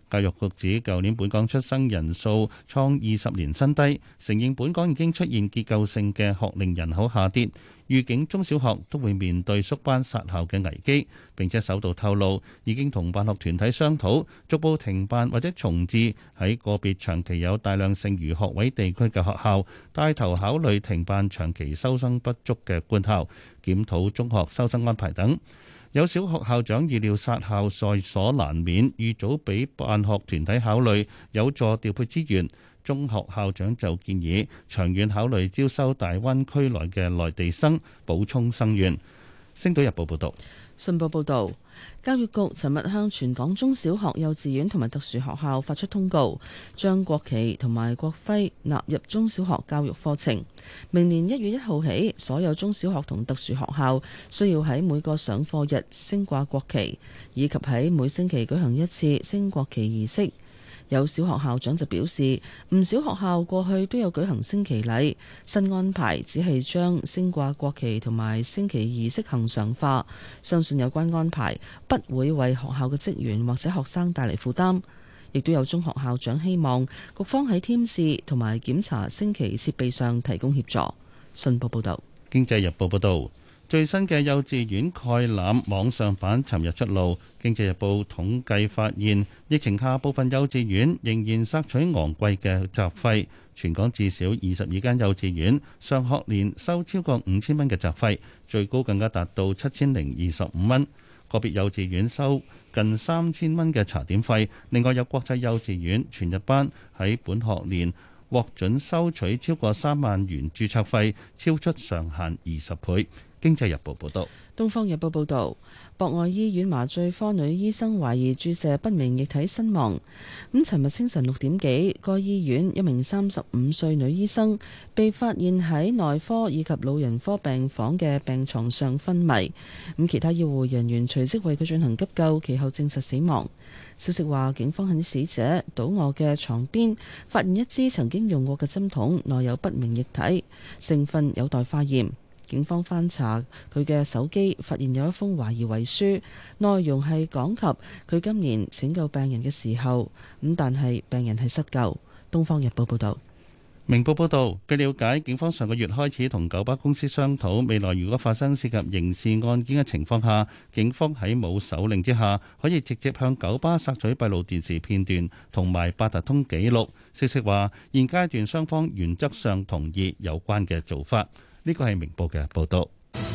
教育局指舊年本港出生人數創二十年新低，承認本港已經出現結構性嘅學齡人口下跌，預警中小學都會面對縮班殺校嘅危機，並且首度透露已經同辦學團體商討，逐步停辦或者重置喺個別長期有大量剩餘學位地區嘅學校，帶頭考慮停辦長期收生不足嘅官校，檢討中學收生安排等。有小學校長預料殺校在所難免，預早俾辦學團體考慮，有助調配資源。中學校長就建議長遠考慮招收大灣區內嘅內地生，補充生源。星島日報報道。 信報報導，教育局尋日向全港中小學、幼稚園同埋特殊學校發出通告，將國旗同埋國徽納入中小學教育課程。明年一月一號起，所有中小學同特殊學校需要喺每個上課日升掛國旗，以及喺每星期舉行一次升國旗儀式。有小學校長就表示，唔少學校過去都有舉行升旗禮，新安排只係將升掛國旗同埋升旗儀式恆常化，相信有關安排不會為學校嘅職員或者學生帶嚟負擔。亦都有中學校長希望局方喺添置同埋檢查升旗設備上提供協助。信報報導。 《經濟日報》報導。最新嘅幼稚園概覽網上版尋日出爐，《經濟日報》統計發現，疫情下部分幼稚園仍然索取昂貴嘅雜費。全港至少二十二間幼稚園上學年收超過五千蚊嘅雜費，最高更加達到七千零二十五蚊。個別幼稚園收近三千蚊嘅茶點費。另外有國際幼稚園全日班喺本學年獲准收取超過三萬元註冊費，超出上限二十倍。經濟日報報道。 東方日報報道，博愛醫院麻醉科女醫生懷疑注射不明液體身亡。咁，尋日清晨六點幾，該醫院一名三十五歲女醫生被發現喺內科以及老人科病房嘅病床上昏迷。咁，其他醫護人員隨即為佢進行急救，其後證實死亡。消息話，警方喺死者倒卧嘅床邊發現一支曾經用過嘅針筒，內有不明液體，成分有待化驗。警方翻查佢嘅手機，發現有一封懷疑遺書，內容係講及佢今年拯救病人嘅時候，咁但係病人係失救。《東方日報》報道。 明報報導，據了解，警方上個月開始同九巴公司商討，未來如果發生涉及刑事案件嘅情況下，警方喺冇手令之下，可以直接向九巴索取閉路電視片段同埋八達通記錄。消息話，現階段雙方原則上同意有關嘅做法。呢個係明報嘅報導。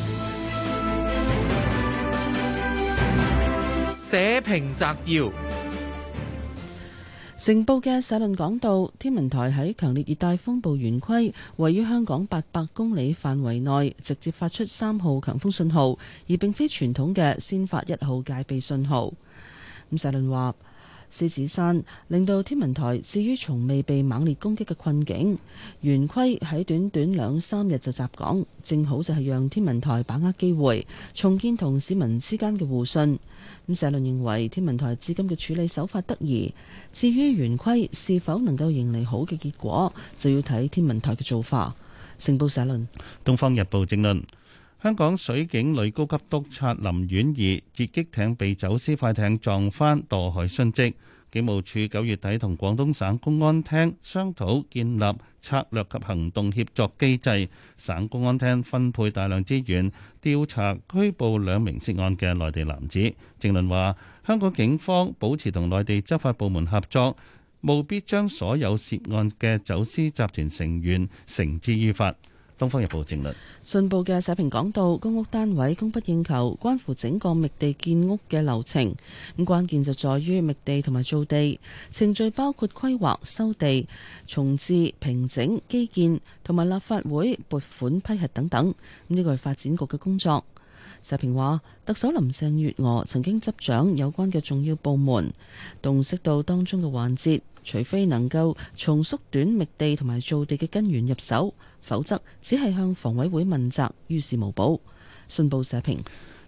社評摘要。 成報嘅社論講到，天文台喺強烈熱帶風暴圓規位於香港八百公里範圍內，直接發出三號強風信號，而並非傳統嘅先發一號戒備信號。咁社論話，獅子山令到天文台置於從未被猛烈攻擊嘅困境，圓規喺短短兩三日就襲港，正好就係讓天文台把握機會，重建同市民之間嘅互信。咁社論認為天文台至今嘅處理手法得宜，至於圓規是否能夠迎嚟好嘅結果，就要睇天文台嘅做法。成報社論。 東方日報正論。香港水警女高級督察林婉儀截擊艇被走私快艇撞翻墮海殉職。警務處九月底同廣東省公安廳商討建立策略及行動協作機制，省公安廳分配大量資源調查拘捕兩名涉案嘅內地男子。正論話，香港警方保持同內地執法部門合作，務必將所有涉案嘅走私集團成員繩之於法。《東方日報》正論。 信報嘅社評講到，公屋單位供不應求，關乎整個覓地建屋嘅流程。咁關鍵就在於覓地同埋造地程序，包括規劃、收地、重置、平整、基建同埋立法會撥款批核等等。咁呢個係發展局嘅工作。社評話，特首林鄭月娥曾經執掌有關嘅重要部門，洞悉到當中嘅環節，除非能夠從縮短覓地同埋造地嘅根源入手，否則只係向房委會問責，於事無補。信報社評。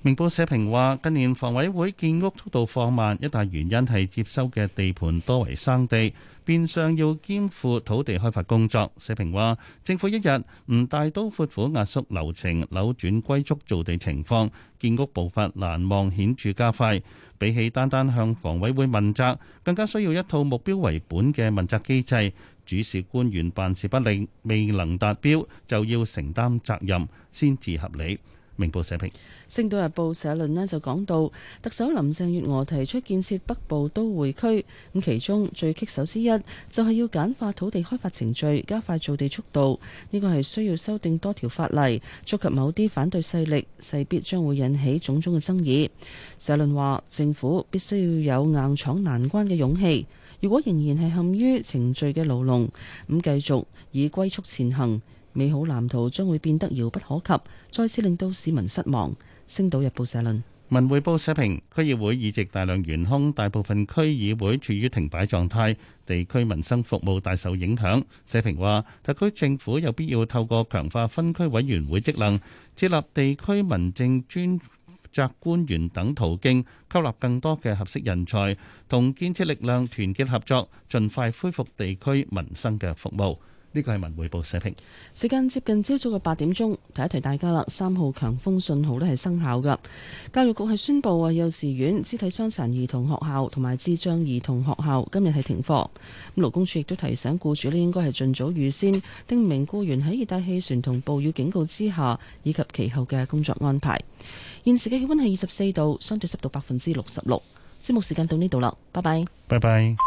明報社評話，近年房委會建屋速度放慢，一大原因係接收嘅地盤多為生地，變相要肩負土地開發工作。社評話，政府一日唔大刀闊斧壓縮流程，扭轉龜速造地情況，建屋步伐難望顯著加快。比起單單向房委會問責，更加需要一套目標為本嘅問責機制。主事官員辦事不力，未能達標，就要承擔責任，先至合理。明報社評。《 星島日報》社論呢就講到，特首林鄭月娥提出建設北部都會區，咁其中最棘手之一就係要簡化土地開發程序，加快造地速度。呢個係需要修訂多條法例，觸及某啲反對勢力，勢必將會引起種種嘅爭議。社論話，政府必須要有硬闖難關嘅勇氣。如果仍然係陷於程序嘅牢籠，咁繼續以龜速前行，美好藍圖將會變得遙不可及，再次令到市民失望。星島日報社論。 文匯報社評，區議會議席大量懸空，大部分區議會處於停擺狀態，地區民生服務大受影響。社評話，特區政府有必要透過強化分區委員會職能，設立地區民政專責官員等途徑，吸納更多嘅合適人才，同建設力量團結合作，盡快恢復地區民生嘅服務。呢個係文匯報社評。 時間接近朝早嘅八點鐘，提一提大家啦。三號強風信號咧係生效㗎。教育局係宣布話，幼稚園、肢體傷殘兒童學校同埋智障兒童學校今日係停課。咁勞工處亦都提醒僱主咧，應該係盡早預先定明僱員喺熱帶氣旋同暴雨警告之下，以及其後嘅工作安排。現時嘅氣溫係二十四度，相對濕度百分之六十六。節目時間到呢度啦，拜拜。 拜拜。